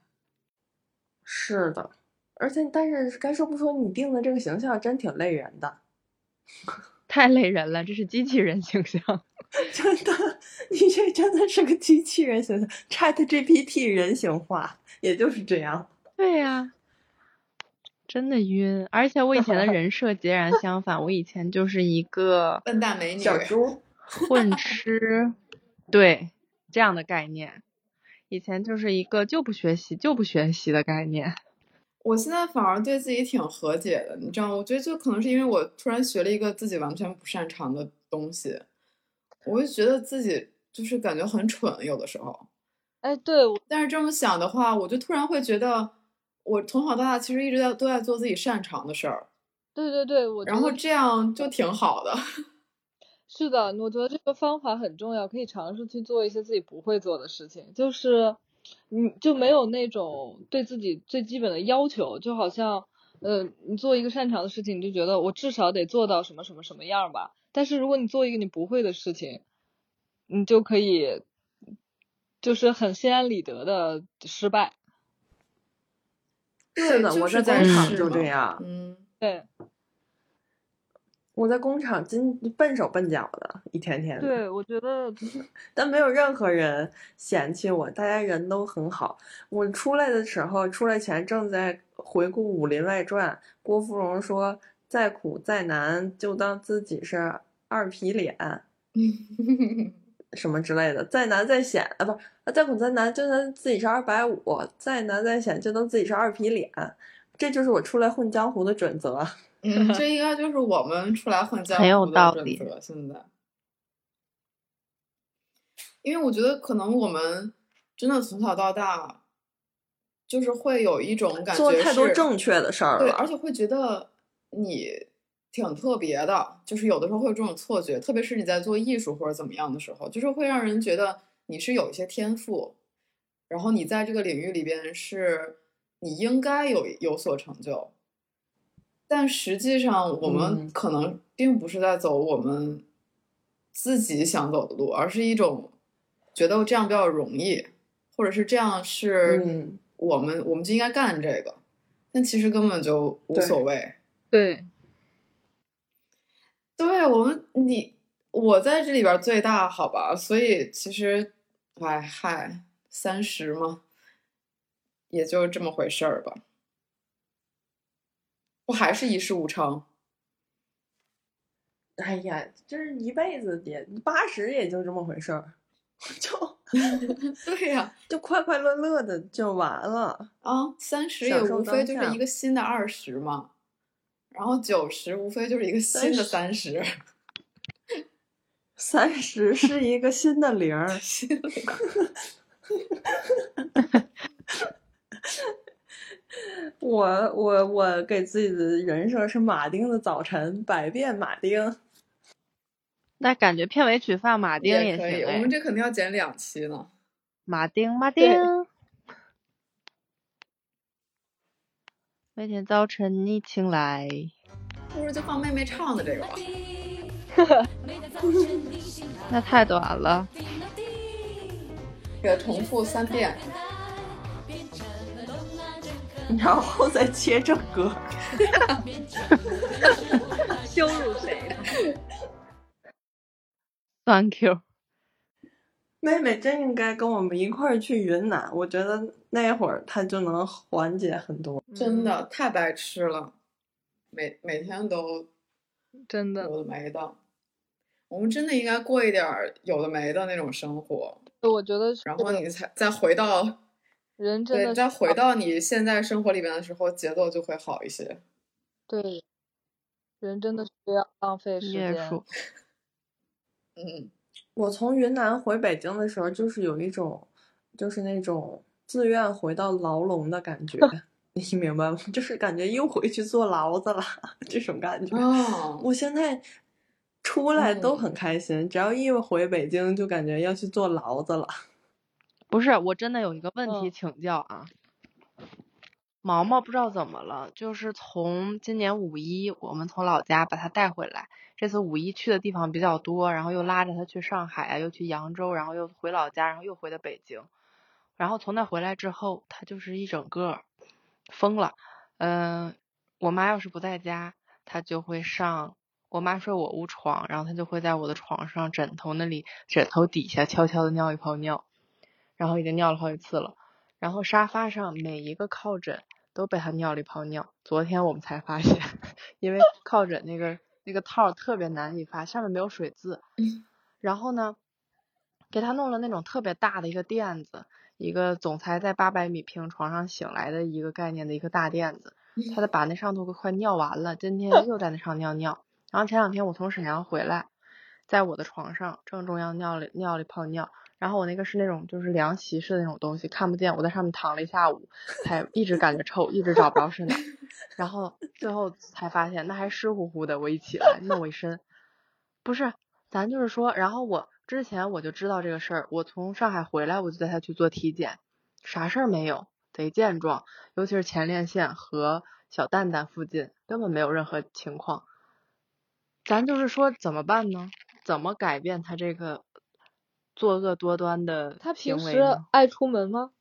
是的，而且但是该说不说，你定的这个形象真挺累人的， 太累人了，这是机器人形象。 真的，你这真的是个机器人形象 ，ChatGPT 人形化，也就是这样。 对呀、啊。真的晕，而且我以前的人设截然相反，我以前就是一个笨蛋美女、 小猪、 混吃，对这样的概念。以前就是一个就不学习就不学习的概念。 我现在反而对自己挺和解的，你知道吗？我觉得就可能是因为我突然学了一个自己完全不擅长的东西，我就觉得自己就是感觉很蠢，有的时候。 哎，对。 但是这么想的话，我就突然会觉得。我从小到大其实一直在都在做自己擅长的事儿， 对对对，我然后这样就挺好的。 是的，我觉得这个方法很重要，可以尝试去做一些自己不会做的事情，就是你就没有那种对自己最基本的要求，就好像呃你做一个擅长的事情，你就觉得我至少得做到什么什么什么样吧，但是如果你做一个你不会的事情，你就可以就是很心安理得的失败。 是的， 就是、 我在工厂就这样。 嗯， 对， 我在工厂真笨手笨脚的，一天天的。 对，我觉得， 但没有任何人嫌弃我，大家人都很好。我出来的时候，出来前正在回顾《武林外传》，郭芙蓉说：“再苦再难，就当自己是二皮脸。” 什么之类的，再难再险啊，不，再苦再难就算自己是二百五，再难再险就当自己是二皮脸，这就是我出来混江湖的准则。 嗯，这应该就是我们出来混江湖的准则。现在，因为我觉得可能我们真的从小到大，就是会有一种感觉做太多正确的事儿了， 对，而且会觉得你挺特别的，就是有的时候会有这种错觉，特别是你在做艺术或者怎么样的时候，就是会让人觉得你是有一些天赋，然后你在这个领域里边是你应该有有所成就，但实际上我们可能并不是在走我们自己想走的路，而是一种觉得这样比较容易，或者是这样是我们、嗯、我们就应该干这个，但其实根本就无所谓。 对， 对，我们你我在这里边最大，好吧，所以其实，哎嗨，三十嘛，也就这么回事儿吧。我还是一事无成。 哎呀，就是一辈子也八十也就这么回事儿，就对呀、啊， 就快快乐乐的就完了啊。三十也无非就是一个新的二十嘛，然后九十无非就是一个新的三十， 三十是一个新的零儿。 新零。 我我我给自己的人设是马丁的早晨，百变马丁。 那感觉片尾曲放马丁也可以， 我们这肯定要剪两期呢。 马丁马丁，每天早晨你醒来， 不如就放妹妹唱的这个吧。 那太短了， 给它重复三遍， 然后再切正歌。 羞辱谁呢 ？Thank you。 妹妹真应该跟我们一块儿去云南，我觉得那会儿她就能缓解很多。 真的太白痴了，每每天都真的有的没的。我们真的应该过一点有的没的那种生活。 我觉得， 然后你才再回到人真的对，再回到你现在生活里面的时候，节奏就会好一些。 对，人真的需要浪费时间。 嗯。 我从云南回北京的时候，就是有一种，就是那种自愿回到牢笼的感觉，你明白吗？就是感觉又回去坐牢子了，这种感觉。 哦， 我现在出来都很开心，嗯、只要一回北京，就感觉要去坐牢子了。 不是，我真的有一个问题请教啊。嗯、毛毛不知道怎么了，就是从今年五一，我们从老家把他带回来。这次五一去的地方比较多，然后又拉着他去上海啊，又去扬州，然后又回老家，然后又回的北京。然后从那回来之后，他就是一整个疯了。嗯、呃，我妈要是不在家，他就会上，我妈睡我屋床，然后他就会在我的床上枕头那里，枕头底下悄悄的尿一泡尿，然后已经尿了好几次了。然后沙发上每一个靠枕都被他尿了一泡尿。昨天我们才发现，因为靠枕那个那个套特别难以发，上面没有水渍。然后呢，给他弄了那种特别大的一个垫子，一个总裁在八百米平床上醒来的一个概念的一个大垫子。他把那上头都快尿完了，今天又在那上尿尿。然后前两天我从沈阳回来，在我的床上正中央尿了尿了一泡尿。然后我那个是那种就是凉席式的那种东西，看不见，我在上面躺了一下午，才一直感觉臭，一直找不着是哪。然后最后才发现那还湿乎乎的，我一起来弄我一身。不是，咱就是说，然后我之前我就知道这个事儿，我从上海回来我就带他去做体检，啥事儿没有，贼健壮，尤其是前列腺和小蛋蛋附近根本没有任何情况。咱就是说怎么办呢？怎么改变他这个作恶多端的他平时爱出门吗？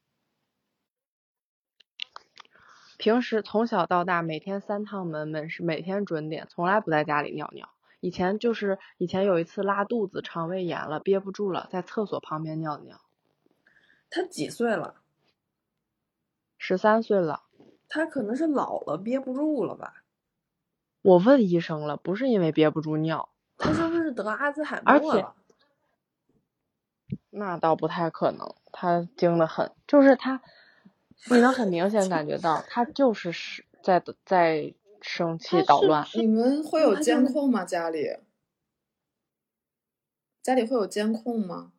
平时从小到大每天三趟门门是每天准点，从来不在家里尿尿。以前就是以前有一次拉肚子，肠胃炎了，憋不住了，在厕所旁边尿尿。 他几岁了？ 十三岁了。 他可能是老了，憋不住了吧？ 我问医生了，不是因为憋不住尿， 他是不是得阿兹海默了？ 那倒不太可能，他精得很，就是他，你能很明显感觉到他就是是在在生气捣乱。 你们会有监控吗？家里？家里会有监控吗？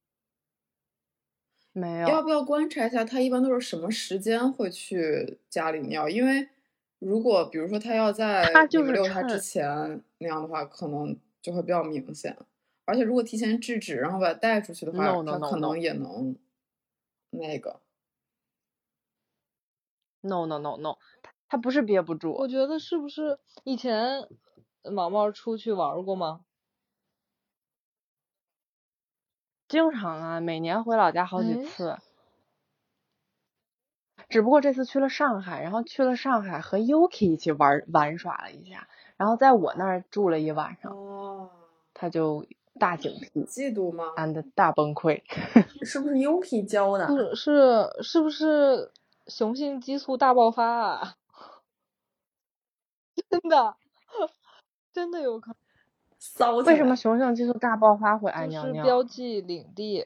没有。 要不要观察一下他一般都是什么时间会去家里尿？因为如果比如说他要在他就是你们遛他之前那样的话，可能就会比较明显。而且如果提前制止，然后把他带出去的话， no, no, 他 no, 可能 no. 也能那个。 no no no no， 他不是憋不住。 我觉得是不是以前毛毛出去玩过吗？ 经常啊，每年回老家好几次。只不过这次去了上海，然后去了上海和 Yuki 一起玩玩耍了一下，然后在我那儿住了一晚上。 哦， 他就大警惕， 嫉妒吗 ？and 大崩溃。 是不是 Yuki 教的？ 不是，是是不是雄性激素大爆发啊？真的，真的有可能。 骚起来。 为什么雄性激素大爆发会爱尿尿？ 就是标记领地。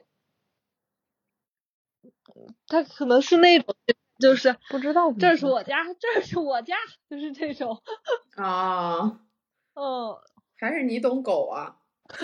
他可能是那种，就是不知道， 这是我家，这是我家，就是这种。 啊， 嗯， 还是你懂狗啊？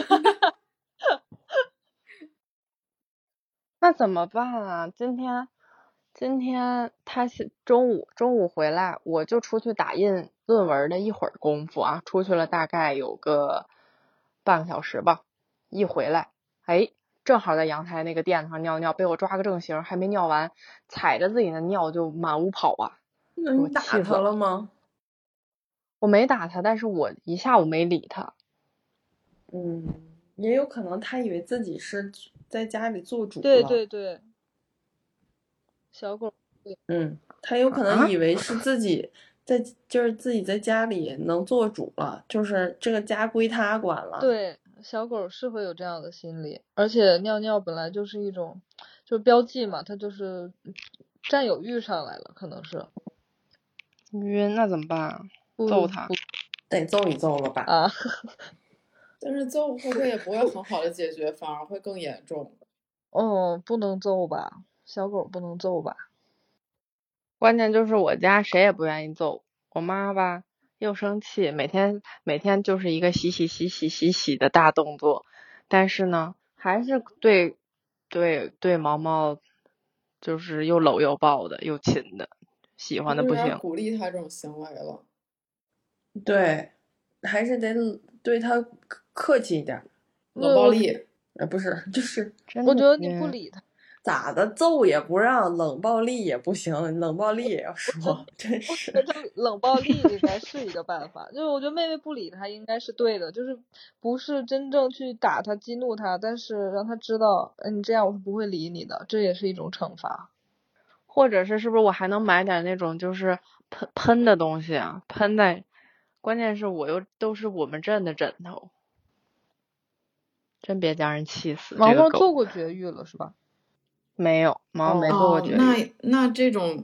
那怎么办啊？今天，今天他是中午中午回来，我就出去打印论文的一会儿功夫啊，出去了大概有个半个小时吧。一回来，哎，正好在阳台那个垫子上尿尿，被我抓个正形，还没尿完，踩着自己的尿就满屋跑啊！ 那你打他了吗？ 我没打他，但是我一下午没理他。 嗯，也有可能他以为自己是在家里做主了。 对对对，小狗。 嗯，他有可能以为是自己在，啊、就是自己在家里能做主了，就是这个家归他管了。 对，小狗是会有这样的心理，而且尿尿本来就是一种，就是标记嘛，它就是占有欲上来了，可能是。 晕，那怎么办啊？揍他？ 得揍一揍了吧？ 啊。 但是揍会不会也不会很好的解决，反而会更严重。 哦，不能揍吧，小狗不能揍吧。 关键就是我家谁也不愿意揍，我妈吧又生气，每天每天就是一个洗洗洗洗洗洗的大动作，但是呢还是对对对毛毛就是又搂又抱的又亲的，喜欢的不行。 鼓励他这种行为了。 对，还是得对他客气一点。 冷暴力？ 呃，不是，就是我觉得你不理他。 咋的，揍也不让，冷暴力也不行，冷暴力也要说，真是。 我觉得冷暴力应该是一个办法，就是我觉得妹妹不理他应该是对的，就是不是真正去打他激怒他，但是让他知道，嗯，你这样我是不会理你的，这也是一种惩罚。 或者是是不是我还能买点那种就是喷喷的东西啊，喷在，关键是我又都是我们镇的枕头，真别将人气死。 毛毛做过绝育了是吧？ 没有，毛毛没做过绝育。 哦、那那这种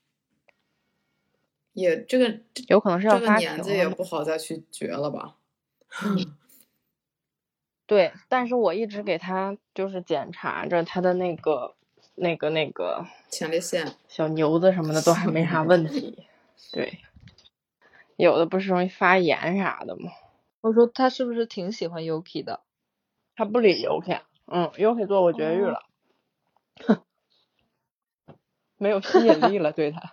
也这个有可能是要发这个年纪也不好再去绝了吧？ 嗯，对，但是我一直给他就是检查着他的那个那个那个前列腺、 小牛子什么的都还没啥问题。对，有的不是容易发炎啥的吗？ 我说他是不是挺喜欢 Yuki 的？ 他不理 Yuki， 嗯 ，Yuki 做过绝育了。 哦没有吸引力了对他。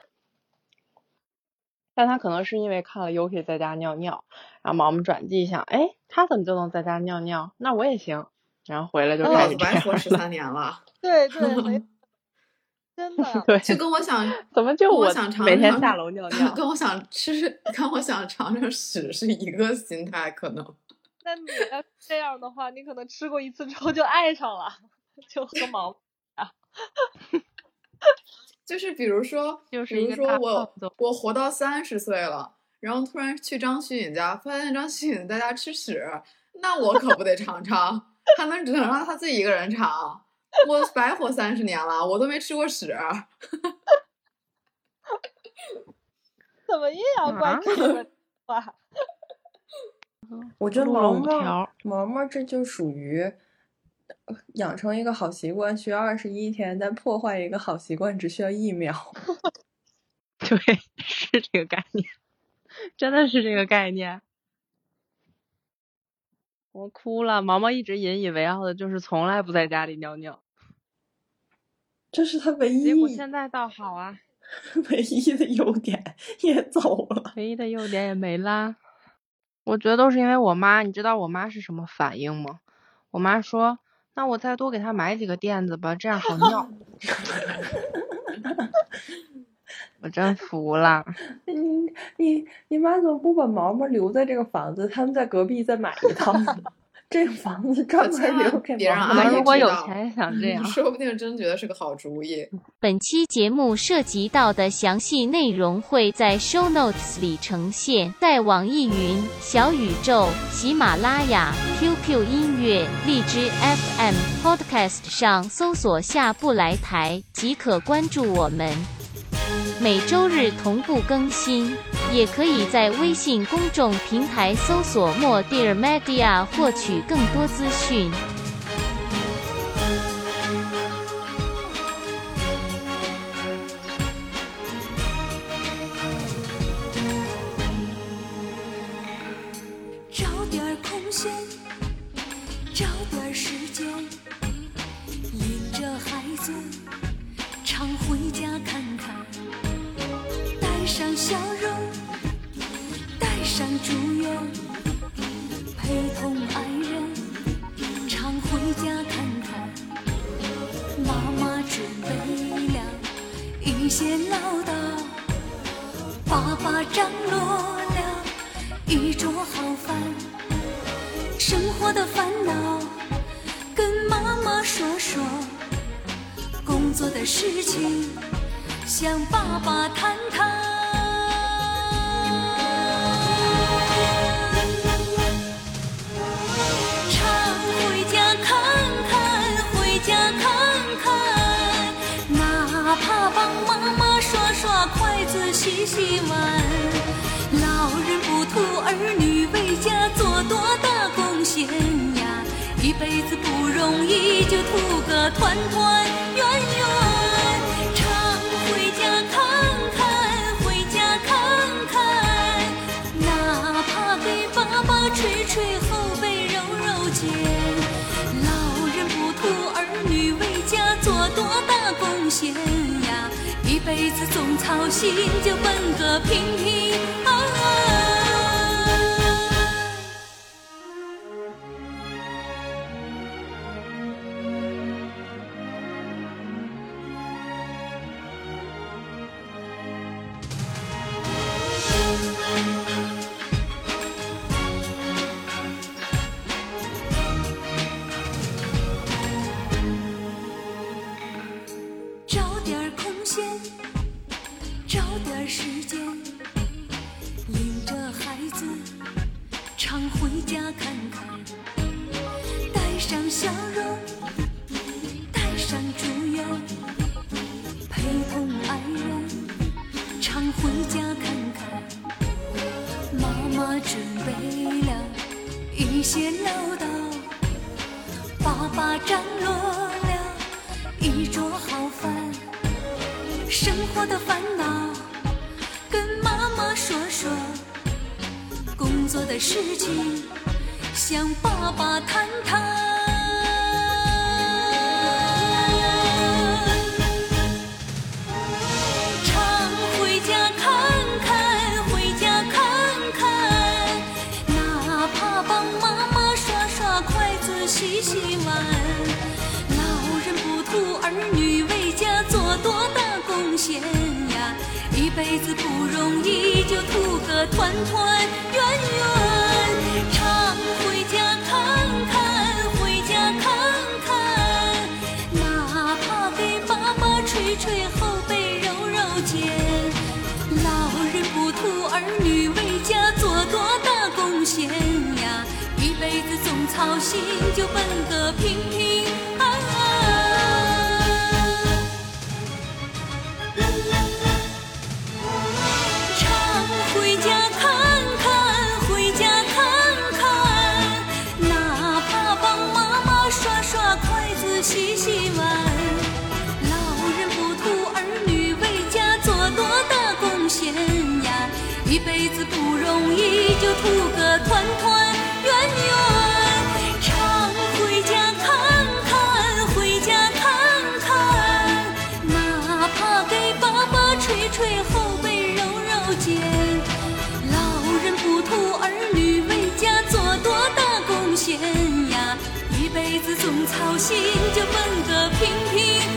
但他可能是因为看了 Yuki 在家尿尿，然后毛毛转记一下，哎，他怎么就能在家尿尿？那我也行。然后回来就开始这样了。 白活十三年了。 对对，没真的。 对， 就跟我想怎么就我想每天下楼尿尿， 跟我想吃，跟我想尝尝屎是一个心态，可能。 那你要这样的话，你可能吃过一次之后就爱上了，就和毛啊。 就是比如说， 就是比如说我我活到三十岁了，然后突然去张旭颖家，发现张旭颖在家吃屎，那我可不得尝尝，他能只能让他自己一个人尝，我白活三十年了，我都没吃过屎。 怎么阴阳怪气的话？ 我觉得毛毛毛毛这就属于养成一个好习惯需要二十一天，但破坏一个好习惯只需要一秒。 对，是这个概念，真的是这个概念。我哭了，毛毛一直引以为傲的就是从来不在家里尿尿， 这是他唯一， 结果现在倒好啊， 唯一的优点也走了， 唯一的优点也没啦。我觉得都是因为我妈，你知道我妈是什么反应吗？我妈说，那我再多给她买几个垫子吧，这样好尿。我真服了。 你你你妈怎么不把毛毛留在这个房子？他们在隔壁再买一套呢？这个房子专门留给别让毛毛。 阿姨如果有知道钱想这样， 说不定真觉得是个好主意。 本期节目涉及到的详细内容会在 show notes 里呈现，在网易云、小宇宙、喜马拉雅、Q Q 音乐、荔枝 F M、Podcast 上搜索下不来台即可关注我们。每周日同步更新，也可以在微信公众平台搜索莫 Dear Media 获取更多资讯。 找点空闲，找点时间，领着孩子常回家看看，带上笑容，带上祝愿，陪同爱人常回家看看。妈妈准备了一些唠叨，爸爸张罗了一桌好饭，生活的烦恼跟妈妈说说，工作的事情向爸爸谈谈。常回家看看，回家看看，哪怕帮妈妈刷刷筷子洗洗碗。老人不图儿女为家做多大贡献呀，一辈子不容易，就图个团团圆圆。常回家看看，回家看看，哪怕给爸爸捶捶后背揉揉肩。老人不图儿女为家做多大贡献呀，一辈子总操心，就奔个平平安安。找点空闲，找点时间，领着孩子常回家看看，带上笑容，带上祝愿，陪同爱人常回家看看。妈妈准备了一些唠叨，爸爸张罗了一桌好饭，生活的烦恼跟妈妈说说，工作的事情向爸爸谈谈。常回家看看，回家看看，哪怕帮妈妈刷刷筷子洗洗碗。老人不图儿女为家做多大贡献呀，一辈子不容易，就图个团团圆圆。常回家看看，回家看看，哪怕给爸爸捶捶后背揉揉肩。老人不图儿女为家做多大贡献呀，一辈子总操心，就奔个平平安安。常回家看看，回家看看，哪怕帮妈妈刷刷意就图个团团圆圆，常回家看看，回家看看，哪怕给爸爸捶捶后背揉揉肩。老人不图儿女为家做多大贡献呀，一辈子总操心就奔个平平